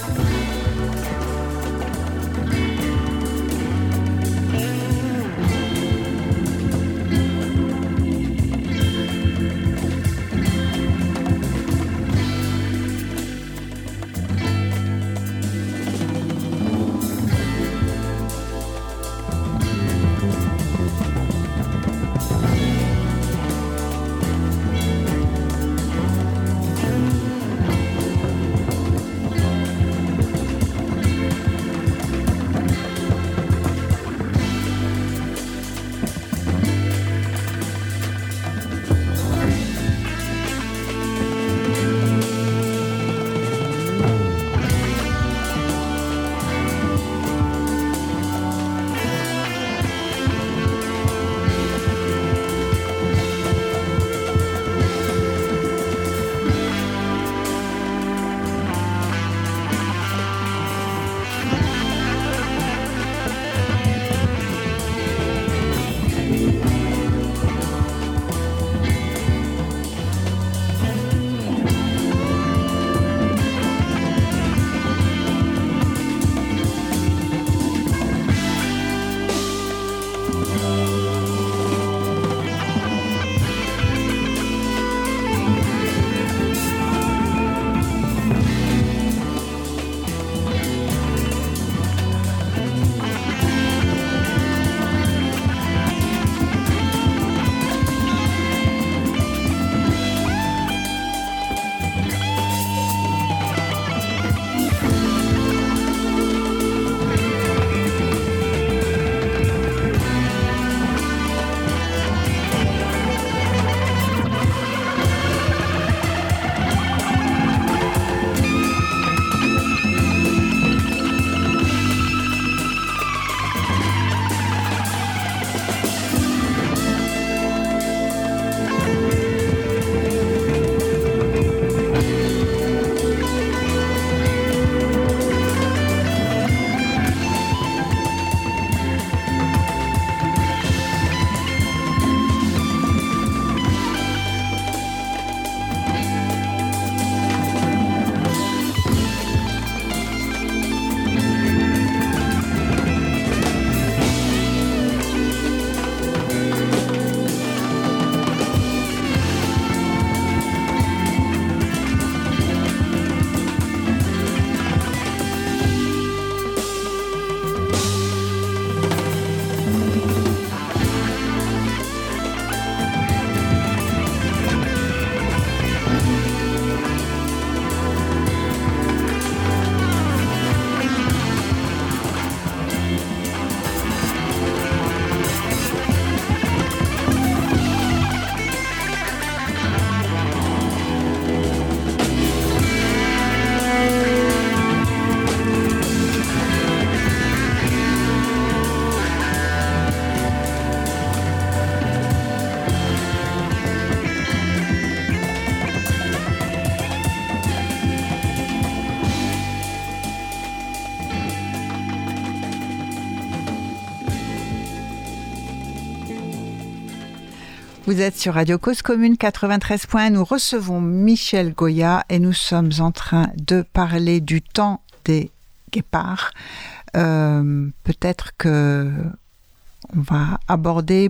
B: Vous êtes sur Radio Cause Commune quatre-vingt-treize point un. Nous recevons Michel Goya et nous sommes en train de parler du temps des guépards. Euh, peut-être que on va aborder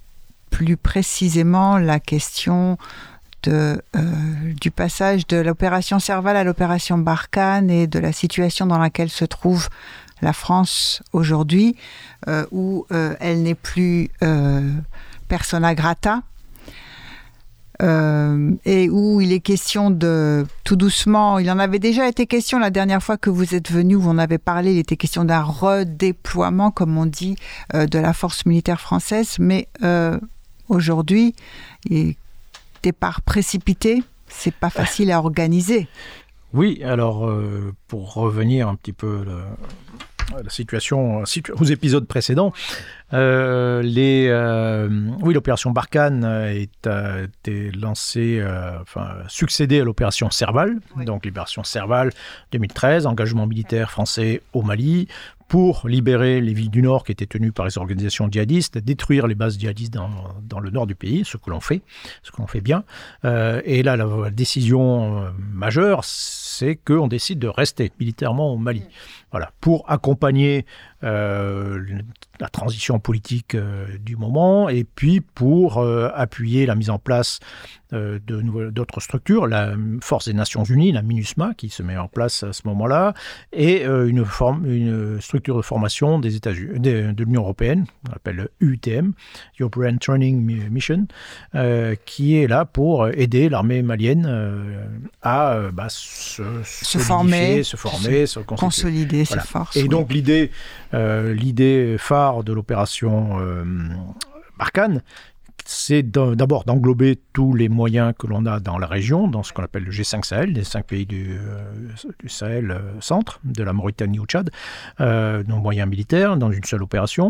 B: plus précisément la question de, euh, du passage de l'opération Serval à l'opération Barkhane et de la situation dans laquelle se trouve la France aujourd'hui, euh, où euh, elle n'est plus euh, persona grata, euh, et où il est question de, tout doucement, il en avait déjà été question la dernière fois que vous êtes venu, où on avait parlé, il était question d'un redéploiement, comme on dit, euh, de la force militaire française, mais euh, aujourd'hui, il départ précipité, c'est pas facile à organiser.
C: Oui, alors euh, pour revenir un petit peu le, la situation situ- aux épisodes précédents. Euh, les, euh, oui, l'opération Barkhane a été lancée, euh, enfin, succédée à l'opération Serval, oui. donc l'opération Serval deux mille treize, engagement militaire français au Mali, pour libérer les villes du Nord qui étaient tenues par les organisations djihadistes, détruire les bases djihadistes dans, dans le nord du pays, ce que l'on fait, ce que l'on fait bien. Euh, et là, la, la décision euh, majeure, c'est qu'on décide de rester militairement au Mali. Voilà, pour accompagner euh, la transition politique euh, du moment et puis pour euh, appuyer la mise en place euh, de nouvelles, d'autres structures, la Force des Nations Unies, la MINUSMA, qui se met en place à ce moment-là, et euh, une, forme, une structure de formation des États-Unis, de, de l'Union européenne, qu'on appelle U T M, European Training Mission, euh, qui est là pour aider l'armée malienne euh, à euh, bah, se,
B: se former,
C: se former, se, se
B: consolider
C: voilà.
B: ses forces.
C: Et
B: oui.
C: donc l'idée, euh, l'idée phare de l'opération euh, Barkhane, c'est d'abord d'englober tous les moyens que l'on a dans la région, dans ce qu'on appelle le G cinq Sahel, les cinq pays du, euh, du Sahel euh, centre, de la Mauritanie au Tchad, euh, nos moyens militaires dans une seule opération.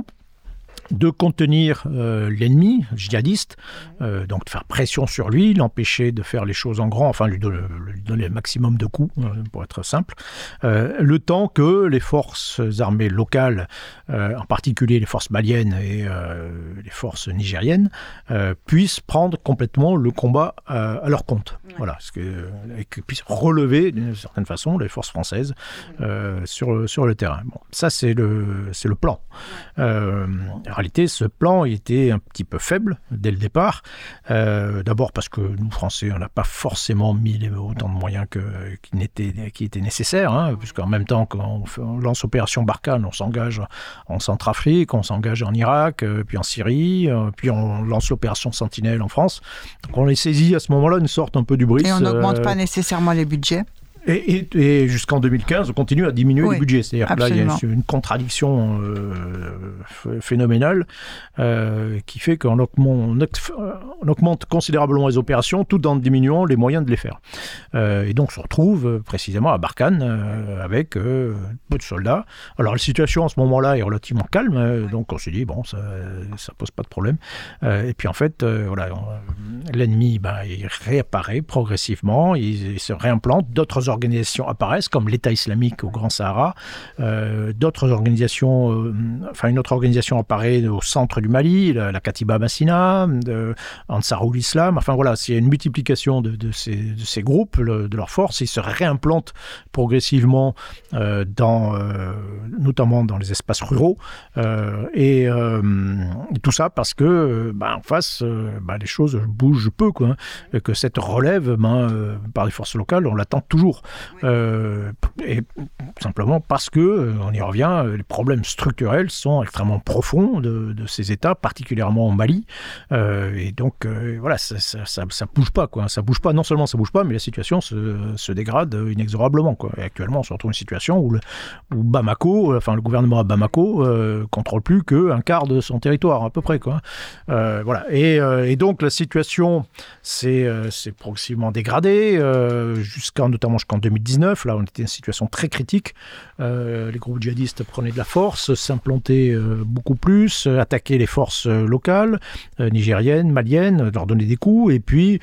C: De contenir euh, l'ennemi djihadiste, euh, donc de faire pression sur lui, l'empêcher de faire les choses en grand, enfin lui donner, lui donner le maximum de coups, euh, pour être simple, euh, le temps que les forces armées locales, euh, en particulier les forces maliennes et euh, les forces nigériennes, euh, puissent prendre complètement le combat euh, à leur compte. Ouais. Voilà, ce que, et qu'ils puissent relever d'une certaine façon les forces françaises euh, sur, sur le terrain. Bon, ça c'est le, c'est le plan. Euh, En réalité, ce plan il était un petit peu faible dès le départ. Euh, d'abord parce que nous, Français, on n'a pas forcément mis les, autant de moyens que, qui, n'étaient, qui étaient nécessaires, hein, puisqu'en même temps qu'on on lance l'opération Barkhane, on s'engage en Centrafrique, on s'engage en Irak, euh, puis en Syrie, euh, puis on lance l'opération Sentinelle en France. Donc on est saisi à ce moment-là une sorte un peu d'hubris.
B: Et on n'augmente
C: euh,
B: pas nécessairement les budgets.
C: Et, et, et jusqu'en deux mille quinze, on continue à diminuer oui, les budgets. C'est-à-dire que là, il y a une contradiction euh, phénoménale euh, qui fait qu'on augmente, on augmente considérablement les opérations tout en diminuant les moyens de les faire. Euh, et donc, on se retrouve euh, précisément à Barkhane euh, avec euh, peu de soldats. Alors, la situation à ce moment-là est relativement calme, euh, donc on s'est dit, bon, ça ne pose pas de problème. Euh, et puis, en fait, euh, voilà, on, l'ennemi, ben, il réapparaît progressivement, il, il se réimplante, d'autres organisations organisations apparaissent, comme l'État islamique au Grand Sahara. Euh, d'autres organisations, euh, enfin une autre organisation apparaît au centre du Mali, la, la Katiba Massina, de Ansarul Islam. Enfin voilà, il y a une multiplication de, de, ces, de ces groupes, le, de leurs forces. Ils se réimplantent progressivement, euh, dans, euh, notamment dans les espaces ruraux. Euh, et, euh, et tout ça parce que, ben, en face, euh, ben, les choses bougent peu, quoi, hein, et que cette relève, ben, euh, par les forces locales, on l'attend toujours. Euh, et simplement parce que, euh, on y revient, les problèmes structurels sont extrêmement profonds de, de ces États, particulièrement au Mali. Euh, et donc, euh, voilà, ça, ça, ça, ça bouge pas, quoi. Ça bouge pas, non seulement ça bouge pas, mais la situation se, se dégrade inexorablement, quoi. Et actuellement, on se retrouve dans une situation où, le, où Bamako, enfin le gouvernement à Bamako, euh, contrôle plus qu'un quart de son territoire, à peu près, quoi. Euh, voilà. Et, euh, et donc, la situation s'est, euh, s'est progressivement dégradée, euh, jusqu'en, notamment jusqu'en deux mille dix-neuf. Là, on était dans une situation très critique. Euh, les groupes djihadistes prenaient de la force, s'implantaient euh, beaucoup plus, euh, attaquaient les forces euh, locales, euh, nigériennes, maliennes, leur donner des coups. Et puis,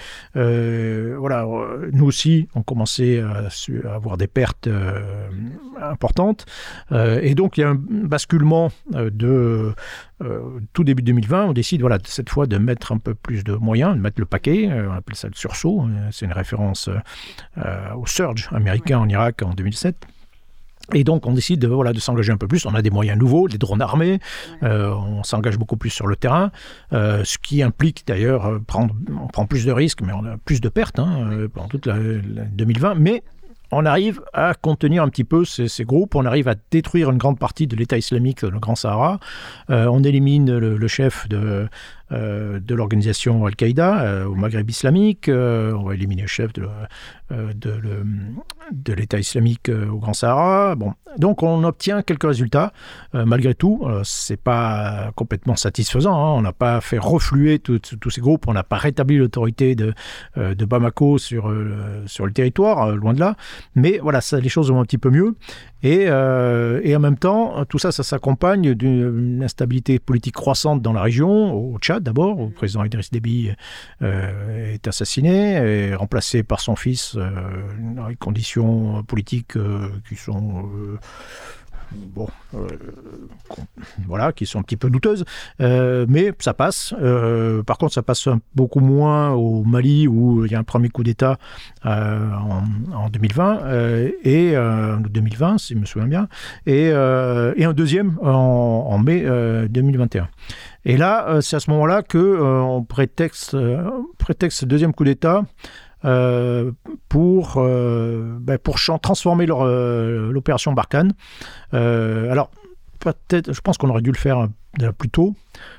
C: euh, voilà, nous aussi, on commençait à, à avoir des pertes euh, importantes. Euh, et donc, il y a un basculement euh, de euh, tout début deux mille vingt. On décide, voilà, cette fois de mettre un peu plus de moyens, de mettre le paquet. Euh, on appelle ça le sursaut. C'est une référence euh, au surge américain en Irak en deux mille sept. Et donc, on décide de, voilà, de s'engager un peu plus. On a des moyens nouveaux, des drones armés. Euh, on s'engage beaucoup plus sur le terrain, euh, ce qui implique d'ailleurs euh, prendre, on prend plus de risques, mais on a plus de pertes, hein, euh, pendant toute la, la deux mille vingt. Mais on arrive à contenir un petit peu ces, ces groupes. On arrive à détruire une grande partie de l'État islamique dans le Grand Sahara. Euh, on élimine le, le chef de euh, de l'organisation Al-Qaïda euh, au Maghreb islamique. Euh, on va éliminer le chef de, euh, de, le, de l'État islamique euh, au Grand Sahara. Bon. Donc on obtient quelques résultats. Euh, malgré tout, euh, c'est pas complètement satisfaisant. Hein. On n'a pas fait refluer tous ces groupes. On n'a pas rétabli l'autorité de, euh, de Bamako sur, euh, sur le territoire, euh, loin de là. Mais voilà, ça, les choses vont un petit peu mieux. Et, euh, et en même temps, tout ça, ça s'accompagne d'une instabilité politique croissante dans la région, au Tchad d'abord, où le président Idriss Déby euh, est assassiné, est remplacé par son fils euh, dans des conditions politiques euh, qui sont... Euh, Bon, euh, voilà, qui sont un petit peu douteuses, euh, mais ça passe. Euh, par contre, ça passe beaucoup moins au Mali où il y a un premier coup d'État euh, en, en deux mille vingt euh, et euh, deux mille vingt, si je me souviens bien, et, euh, et un deuxième en, en mai euh, deux mille vingt et un. Et là, euh, c'est à ce moment-là que euh, on prétexte, euh, prétexte ce deuxième coup d'État. Euh, pour, euh, ben pour transformer leur, euh, l'opération Barkhane. Euh, alors, peut-être, je pense qu'on aurait dû le faire plus tôt,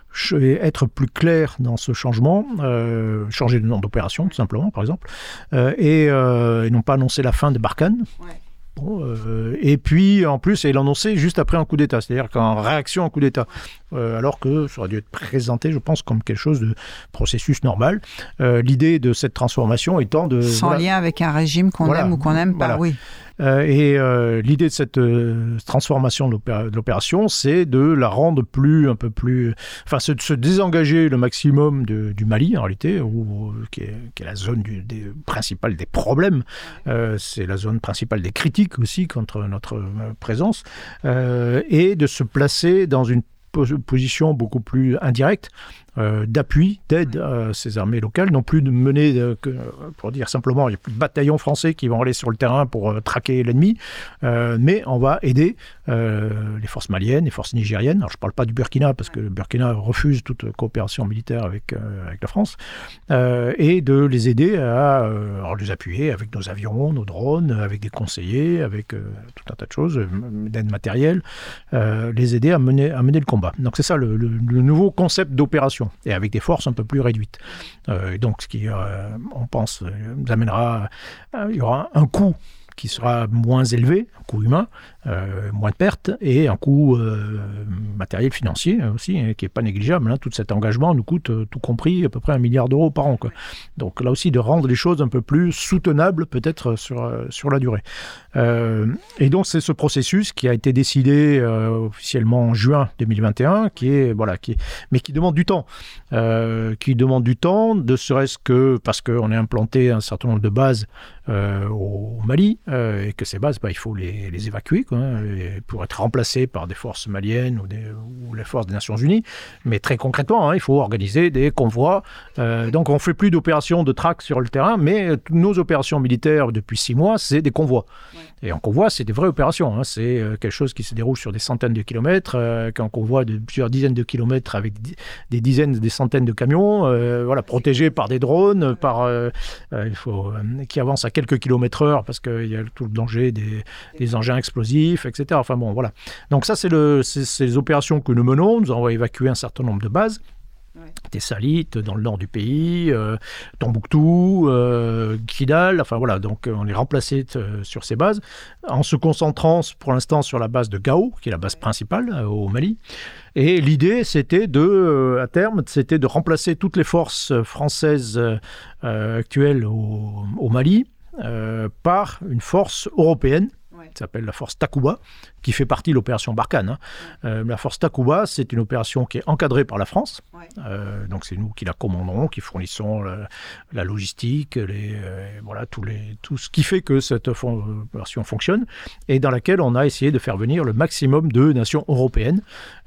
C: être plus clair dans ce changement, euh, changer de nom d'opération, tout simplement, par exemple, euh, et, euh, et non pas annoncer la fin de Barkhane. Ouais. Bon, euh, et puis, en plus, il l'annonçait juste après un coup d'État, c'est-à-dire qu'en réaction à un coup d'État. Euh, alors que ça aurait dû être présenté, je pense, comme quelque chose de processus normal. Euh, l'idée de cette transformation étant de...
B: Sans voilà, lien avec un régime qu'on voilà, aime ou qu'on n'aime pas, voilà. Oui.
C: Euh, et euh, l'idée de cette euh, transformation de, l'opéra- de l'opération, c'est de la rendre plus, un peu plus... Enfin, de se désengager le maximum de, du Mali, en réalité, où, qui, est, qui est la zone du, des, principale des problèmes. Euh, c'est la zone principale des critiques aussi contre notre présence. Euh, et de se placer dans une position beaucoup plus indirecte, euh, d'appui, d'aide à ces armées locales, non plus de mener, de, que, pour dire simplement, il n'y a plus de bataillons français qui vont aller sur le terrain pour euh, traquer l'ennemi, euh, mais on va aider euh, les forces maliennes, les forces nigériennes. Alors, je ne parle pas du Burkina, parce que le Burkina refuse toute coopération militaire avec, euh, avec la France, euh, et de les aider à euh, alors les appuyer avec nos avions, nos drones, avec des conseillers, avec euh, tout un tas de choses, d'aide matérielle, euh, les aider à mener, à mener le combat. Donc c'est ça le, le, le nouveau concept d'opération, et avec des forces un peu plus réduites. Euh, donc ce qui, euh, on pense, nous amènera, euh, il y aura un coût qui sera moins élevé, un coût humain, euh, moins de pertes, et un coût euh, matériel financier aussi, hein, qui n'est pas négligeable. Hein. Tout cet engagement nous coûte, euh, tout compris, à peu près un milliard d'euros par an. Quoi. Donc là aussi, de rendre les choses un peu plus soutenables, peut-être, sur, euh, sur la durée. Euh, et donc, c'est ce processus qui a été décidé euh, officiellement en juin deux mille vingt et un, qui est, voilà, qui est, mais qui demande du temps. Euh, qui demande du temps, ne serait-ce que parce qu'on a implanté un certain nombre de bases euh, au Mali, euh, et que ces bases, bah, il faut les, les évacuer, quoi, hein, pour être remplacées par des forces maliennes ou, des, ou les forces des Nations Unies. Mais très concrètement, hein, il faut organiser des convois. Euh, donc, on ne fait plus d'opérations de traque sur le terrain, mais nos opérations militaires depuis six mois, c'est des convois. Ouais. Et en convoi, c'est des vraies opérations. Hein. C'est euh, quelque chose qui se déroule sur des centaines de kilomètres, euh, qu'un convoi de plusieurs dizaines de kilomètres avec d- des dizaines, des centaines de camions, euh, voilà, protégés par des drones, par, euh, euh, il faut, euh, qui avancent à quelques kilomètres heure parce qu'il y a tout le danger des, des engins explosifs, et cetera. Enfin bon, voilà. Donc ça, c'est, le, c'est, c'est les opérations que nous menons. Nous avons évacué un certain nombre de bases. Ouais. Tessalit, dans le nord du pays, euh, Tombouctou, euh, Kidal, enfin voilà, donc on est remplacé euh, sur ces bases, en se concentrant pour l'instant sur la base de Gao, qui est la base principale euh, au Mali. Et l'idée, c'était de, euh, à terme, c'était de remplacer toutes les forces françaises euh, actuelles au, au Mali euh, par une force européenne, qui s'appelle la force Takuba, qui fait partie de l'opération Barkhane. Hein. Ouais. Euh, la force Takuba, c'est une opération qui est encadrée par la France. Ouais. Euh, donc c'est nous qui la commandons, qui fournissons la, la logistique, les, euh, voilà, tous les, tout ce qui fait que cette opération fonctionne, et dans laquelle on a essayé de faire venir le maximum de nations européennes.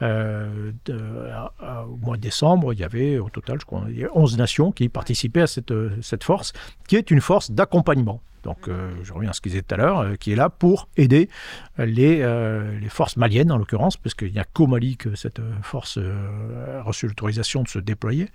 C: Euh, de, à, à, au mois de décembre, il y avait au total, je crois, il y a onze nations qui participaient à cette, cette force, qui est une force d'accompagnement. Donc, euh, je reviens à ce qu'ils disaient tout à l'heure, euh, qui est là pour aider les, euh, les forces maliennes, en l'occurrence, parce qu'il n'y a qu'au Mali que cette force euh, a reçu l'autorisation de se déployer,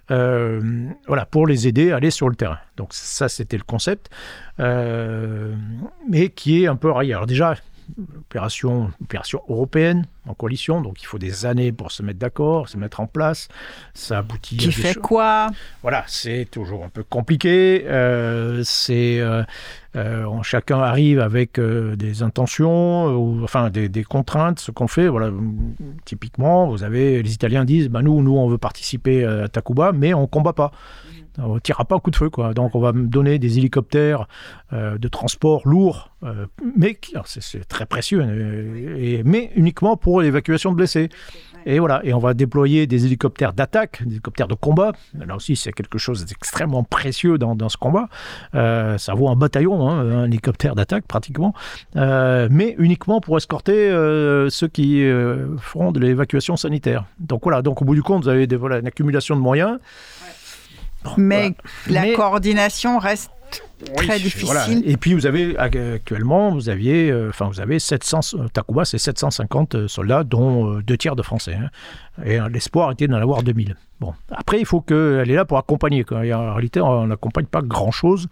C: euh, voilà, pour les aider à aller sur le terrain. Donc, ça, c'était le concept, euh, mais qui est un peu raillé. Alors déjà, opération, opération européenne, en coalition, donc il faut des années pour se mettre d'accord, se mettre en place. Ça aboutit
B: Qui
C: à des
B: fait
C: choses.
B: quoi?
C: Voilà, c'est toujours un peu compliqué. Euh, c'est euh, euh, on, chacun arrive avec euh, des intentions, euh, ou enfin des, des contraintes. Ce qu'on fait, voilà, typiquement, vous avez les Italiens disent, bah nous, nous, on veut participer à Takuba, mais on combat pas. On ne tirera pas un coup de feu, quoi. Donc on va me donner des hélicoptères euh, de transport lourds, euh, mais qui, alors c'est, c'est très précieux, et, et, mais uniquement pour l'évacuation de blessés. Et voilà, et on va déployer des hélicoptères d'attaque, des hélicoptères de combat. Là aussi, c'est quelque chose d'extrêmement précieux dans, dans ce combat. Euh, ça vaut un bataillon, hein, un hélicoptère d'attaque pratiquement, euh, mais uniquement pour escorter euh, ceux qui euh, feront de l'évacuation sanitaire. Donc voilà, donc au bout du compte, vous avez des, voilà, une accumulation de moyens. Bon,
B: mais
C: voilà.
B: la
C: mais,
B: coordination reste très
C: oui,
B: difficile.
C: Voilà. Et puis vous avez actuellement, vous aviez, euh, enfin vous avez sept cents Takuba, c'est sept cent cinquante soldats, dont euh, deux tiers de Français. Hein. Et euh, l'espoir était d'en avoir deux mille. Bon, après il faut qu'elle est là pour accompagner. Quoi. Et en réalité, on n'accompagne pas grand-chose.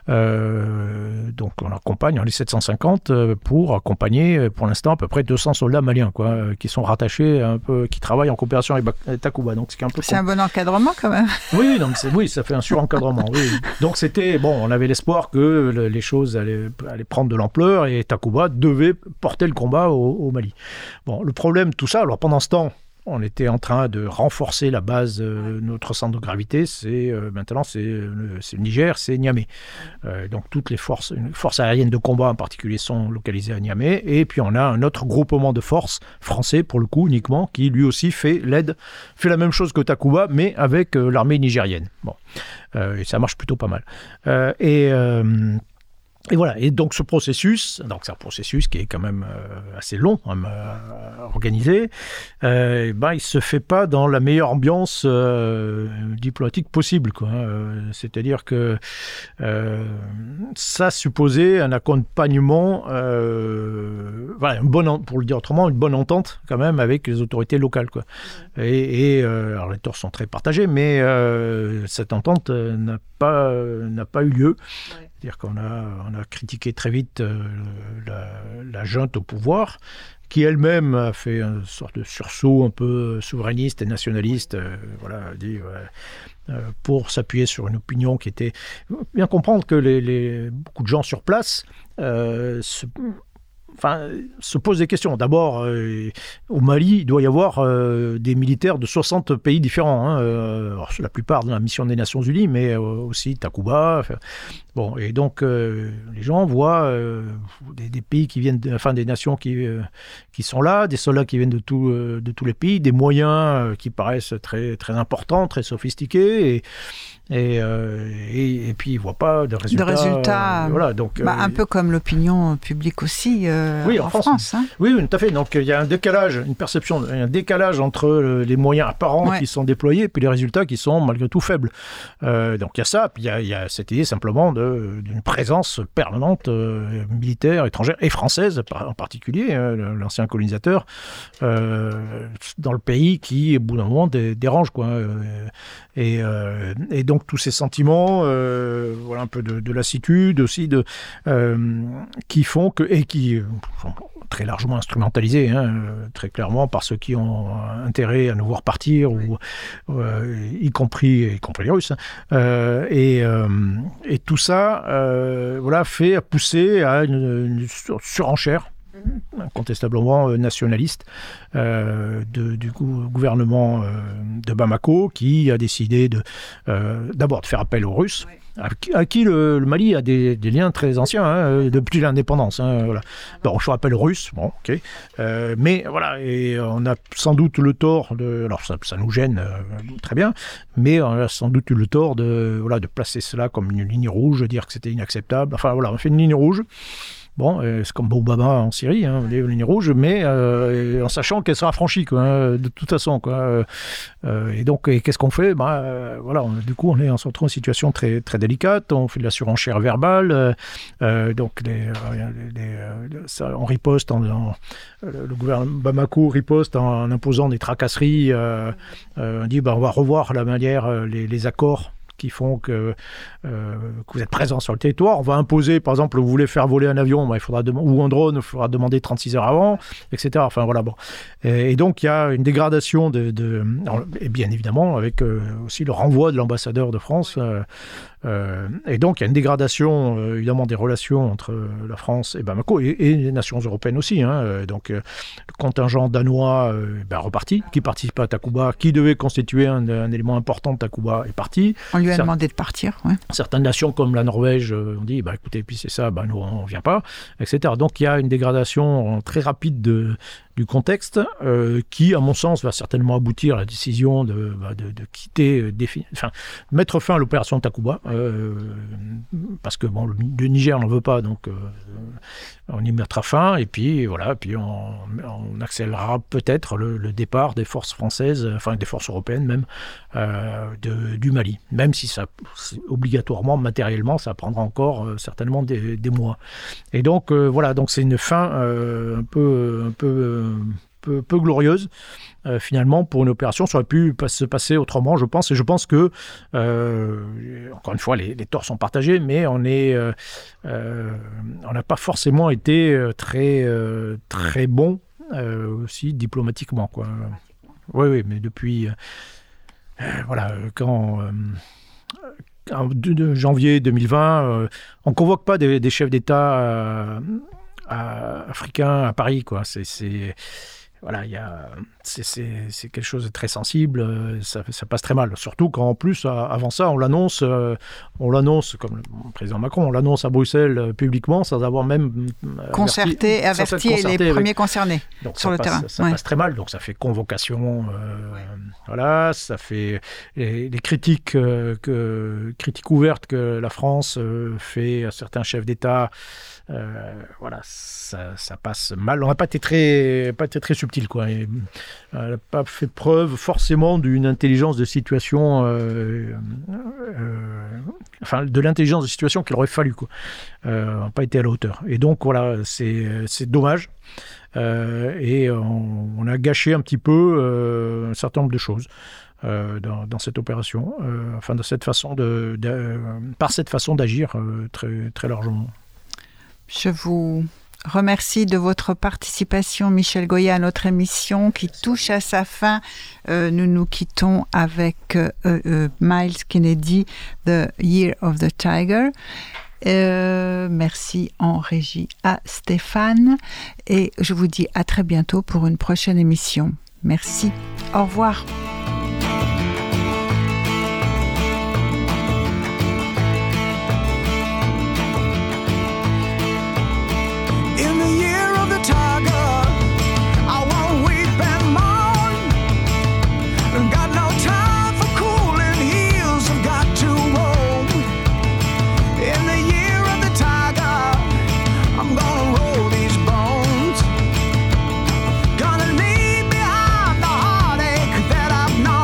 C: Euh, donc on accompagne les sept cent cinquante pour accompagner, pour l'instant, à peu près deux cents soldats maliens, quoi, qui sont rattachés un peu, qui travaillent en coopération avec Takuba. Donc c'est un peu.
B: C'est un bon encadrement quand même.
C: Oui, donc c'est, oui, ça fait un surencadrement. Oui. Donc c'était bon, on avait l'espoir que le, les choses allaient, allaient prendre de l'ampleur et Takuba devait porter le combat au, au Mali. Bon, le problème, tout ça. Alors pendant ce temps, on était en train de renforcer la base de euh, notre centre de gravité. C'est, euh, maintenant, c'est le, c'est le Niger, c'est Niamey. Euh, donc, toutes les forces, forces aériennes de combat en particulier sont localisées à Niamey. Et puis, on a un autre groupement de forces français, pour le coup, uniquement, qui lui aussi fait l'aide, fait la même chose que Takuba, mais avec euh, l'armée nigérienne. Bon. Euh, et ça marche plutôt pas mal. Euh, et... Euh, Et voilà, et donc ce processus, donc c'est un processus qui est quand même euh, assez long à euh, organiser, euh, et ben, il ne se fait pas dans la meilleure ambiance euh, diplomatique possible, quoi. Euh, c'est-à-dire que euh, ça supposait un accompagnement, euh, voilà, une bonne, pour le dire autrement, une bonne entente quand même avec les autorités locales, quoi. Et, et euh, alors les torts sont très partagés, mais euh, cette entente euh, n'a pas, euh, n'a pas eu lieu. Ouais. C'est-à-dire qu'on a, on a critiqué très vite euh, la, la junte au pouvoir, qui elle-même a fait une sorte de sursaut un peu souverainiste et nationaliste, euh, voilà, dit, ouais, euh, pour s'appuyer sur une opinion qui était... Bien comprendre que les, les, beaucoup de gens sur place euh, se... Enfin, se posent des questions. D'abord, euh, au Mali, il doit y avoir euh, des militaires de soixante pays différents. Hein, euh, alors, la plupart de la mission des Nations Unies, mais euh, aussi Takuba. Enfin, bon, et donc, euh, les gens voient euh, des, des pays qui viennent, de, enfin, des nations qui, euh, qui sont là, des soldats qui viennent de, tout, euh, de tous les pays, des moyens euh, qui paraissent très, très importants, très sophistiqués, et Et, euh, et, et puis, ils ne voient pas de résultats.
B: De résultats,
C: euh, voilà, donc,
B: bah,
C: euh,
B: un peu comme l'opinion publique aussi euh,
C: oui, en,
B: en
C: France.
B: France hein.
C: Oui, oui, tout à fait. Donc, il y a un décalage, une perception, un décalage entre les moyens apparents ouais. qui sont déployés et puis les résultats qui sont malgré tout faibles. Euh, donc, il y a ça. Puis, il y a, il y a cette idée simplement de, d'une présence permanente euh, militaire, étrangère et française en particulier, hein, l'ancien colonisateur, euh, dans le pays qui, au bout d'un moment, dé, dérange, quoi. Et, euh, et donc, tous ces sentiments, euh, voilà, un peu de, de lassitude aussi, de, euh, qui font que, et qui sont très largement instrumentalisés, hein, très clairement, par ceux qui ont intérêt à nous voir partir, oui. ou, euh, y, compris, y compris les Russes. Hein. Euh, et, euh, et tout ça euh, voilà, fait pousser à une, une surenchère incontestablement nationaliste euh, de, du gouvernement euh, de Bamako, qui a décidé de, euh, d'abord de faire appel aux Russes, oui. à, à qui le, le Mali a des, des liens très anciens, hein, depuis l'indépendance. Hein, voilà. Bon, je rappelle aux Russes, bon, ok. Euh, mais voilà, et on a sans doute le tort de... Alors ça, ça nous gêne euh, très bien, mais on a sans doute eu le tort de, voilà, de placer cela comme une ligne rouge, dire que c'était inacceptable. Enfin voilà, on fait une ligne rouge. Bon, euh, c'est comme Bobama en Syrie, hein, des lignes rouges, mais euh, en sachant qu'elle sera franchie, quoi, hein, de toute façon, quoi. Euh, et donc, et qu'est-ce qu'on fait ? Bah, euh, voilà, on, du coup, on est en se retrouve en situation très très délicate. On fait de la surenchère verbale, euh, donc les, les, les, ça, on riposte, en, en, le gouvernement Bamako riposte en, en imposant des tracasseries. Euh, euh, on dit, bah, on va revoir la manière, les, les accords qui font que, euh, que vous êtes présent sur le territoire. On va imposer, par exemple, vous voulez faire voler un avion, bah, il faudra dem- ou un drone, il faudra demander trente-six heures avant, et cetera. Enfin voilà, bon. Et, et donc il y a une dégradation de, de alors, et bien évidemment avec euh, aussi le renvoi de l'ambassadeur de France. Euh, euh, et donc il y a une dégradation euh, évidemment des relations entre la France et Bamako et, et les nations européennes aussi. Hein. Donc euh, le contingent danois euh, ben, reparti, qui participait à Takuba, qui devait constituer un, un élément important de Takuba, est parti.
B: On lui a
C: Cer-
B: demandé de partir. Ouais.
C: Certaines nations comme la Norvège euh, ont dit bah, écoutez, puis c'est ça, bah, nous on ne vient pas, et cetera. Donc il y a une dégradation très rapide de, du contexte euh, qui, à mon sens, va certainement aboutir à la décision de, bah, de, de quitter, euh, défi- enfin, mettre fin à l'opération Takuba, euh, parce que bon, le, le Niger n'en veut pas, donc euh, on y mettra fin, et puis voilà, puis on, on accélérera peut-être le, le départ des forces françaises, enfin des forces européennes même, euh, de, du Mali, même si ça, obligatoirement, matériellement, ça prendra encore euh, certainement des, des mois. Et donc euh, voilà, donc c'est une fin euh, un peu, un peu, euh, peu, peu glorieuse. Euh, finalement, pour une opération, ça aurait pu pas se passer autrement, je pense. Et je pense que, euh, encore une fois, les, les torts sont partagés, mais on est, euh, euh, on n'a pas forcément été très, euh, très bon euh, aussi diplomatiquement, quoi. Oui, oui, mais depuis, euh, voilà, quand. Euh, en de, de janvier deux mille vingt, euh, on ne convoque pas des, des chefs d'État euh, à, africains à Paris, quoi. C'est, c'est, voilà, y a, c'est, c'est, c'est quelque chose de très sensible, ça, ça passe très mal. Surtout quand, en plus, avant ça, on l'annonce, euh, on l'annonce, comme le président Macron, on l'annonce à Bruxelles euh, publiquement, sans avoir même
B: concerté, averti, averti les avec... premiers concernés
C: donc
B: sur le
C: passe,
B: terrain.
C: Ça
B: ouais.
C: passe très mal, donc ça fait convocation, euh, ouais. Voilà, ça fait les, les critiques, euh, que, critiques ouvertes que la France euh, fait à certains chefs d'État. Euh, voilà, ça, ça passe mal. On n'a pas été très, pas été très subtil, quoi. Et, euh, on n'a pas fait preuve forcément d'une intelligence de situation, euh, euh, enfin de l'intelligence de situation qu'il aurait fallu, quoi. Euh, on n'a pas été à la hauteur. Et donc voilà, c'est, c'est dommage. Euh, et on, on a gâché un petit peu euh, un certain nombre de choses. Euh, dans, dans cette opération, euh, enfin de cette façon de, de, euh, par cette façon d'agir euh, très, très largement.
B: Je vous remercie de votre participation, Michel Goya, à notre émission qui touche à sa fin. Euh, nous nous quittons avec euh, euh, Myles Kennedy, The Year of the Tiger. Euh, merci en régie à Stéphane et je vous dis à très bientôt pour une prochaine émission. Merci. Au revoir.
E: Gonna leave behind the heartache that I've known.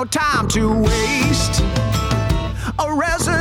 E: no time to waste. A resident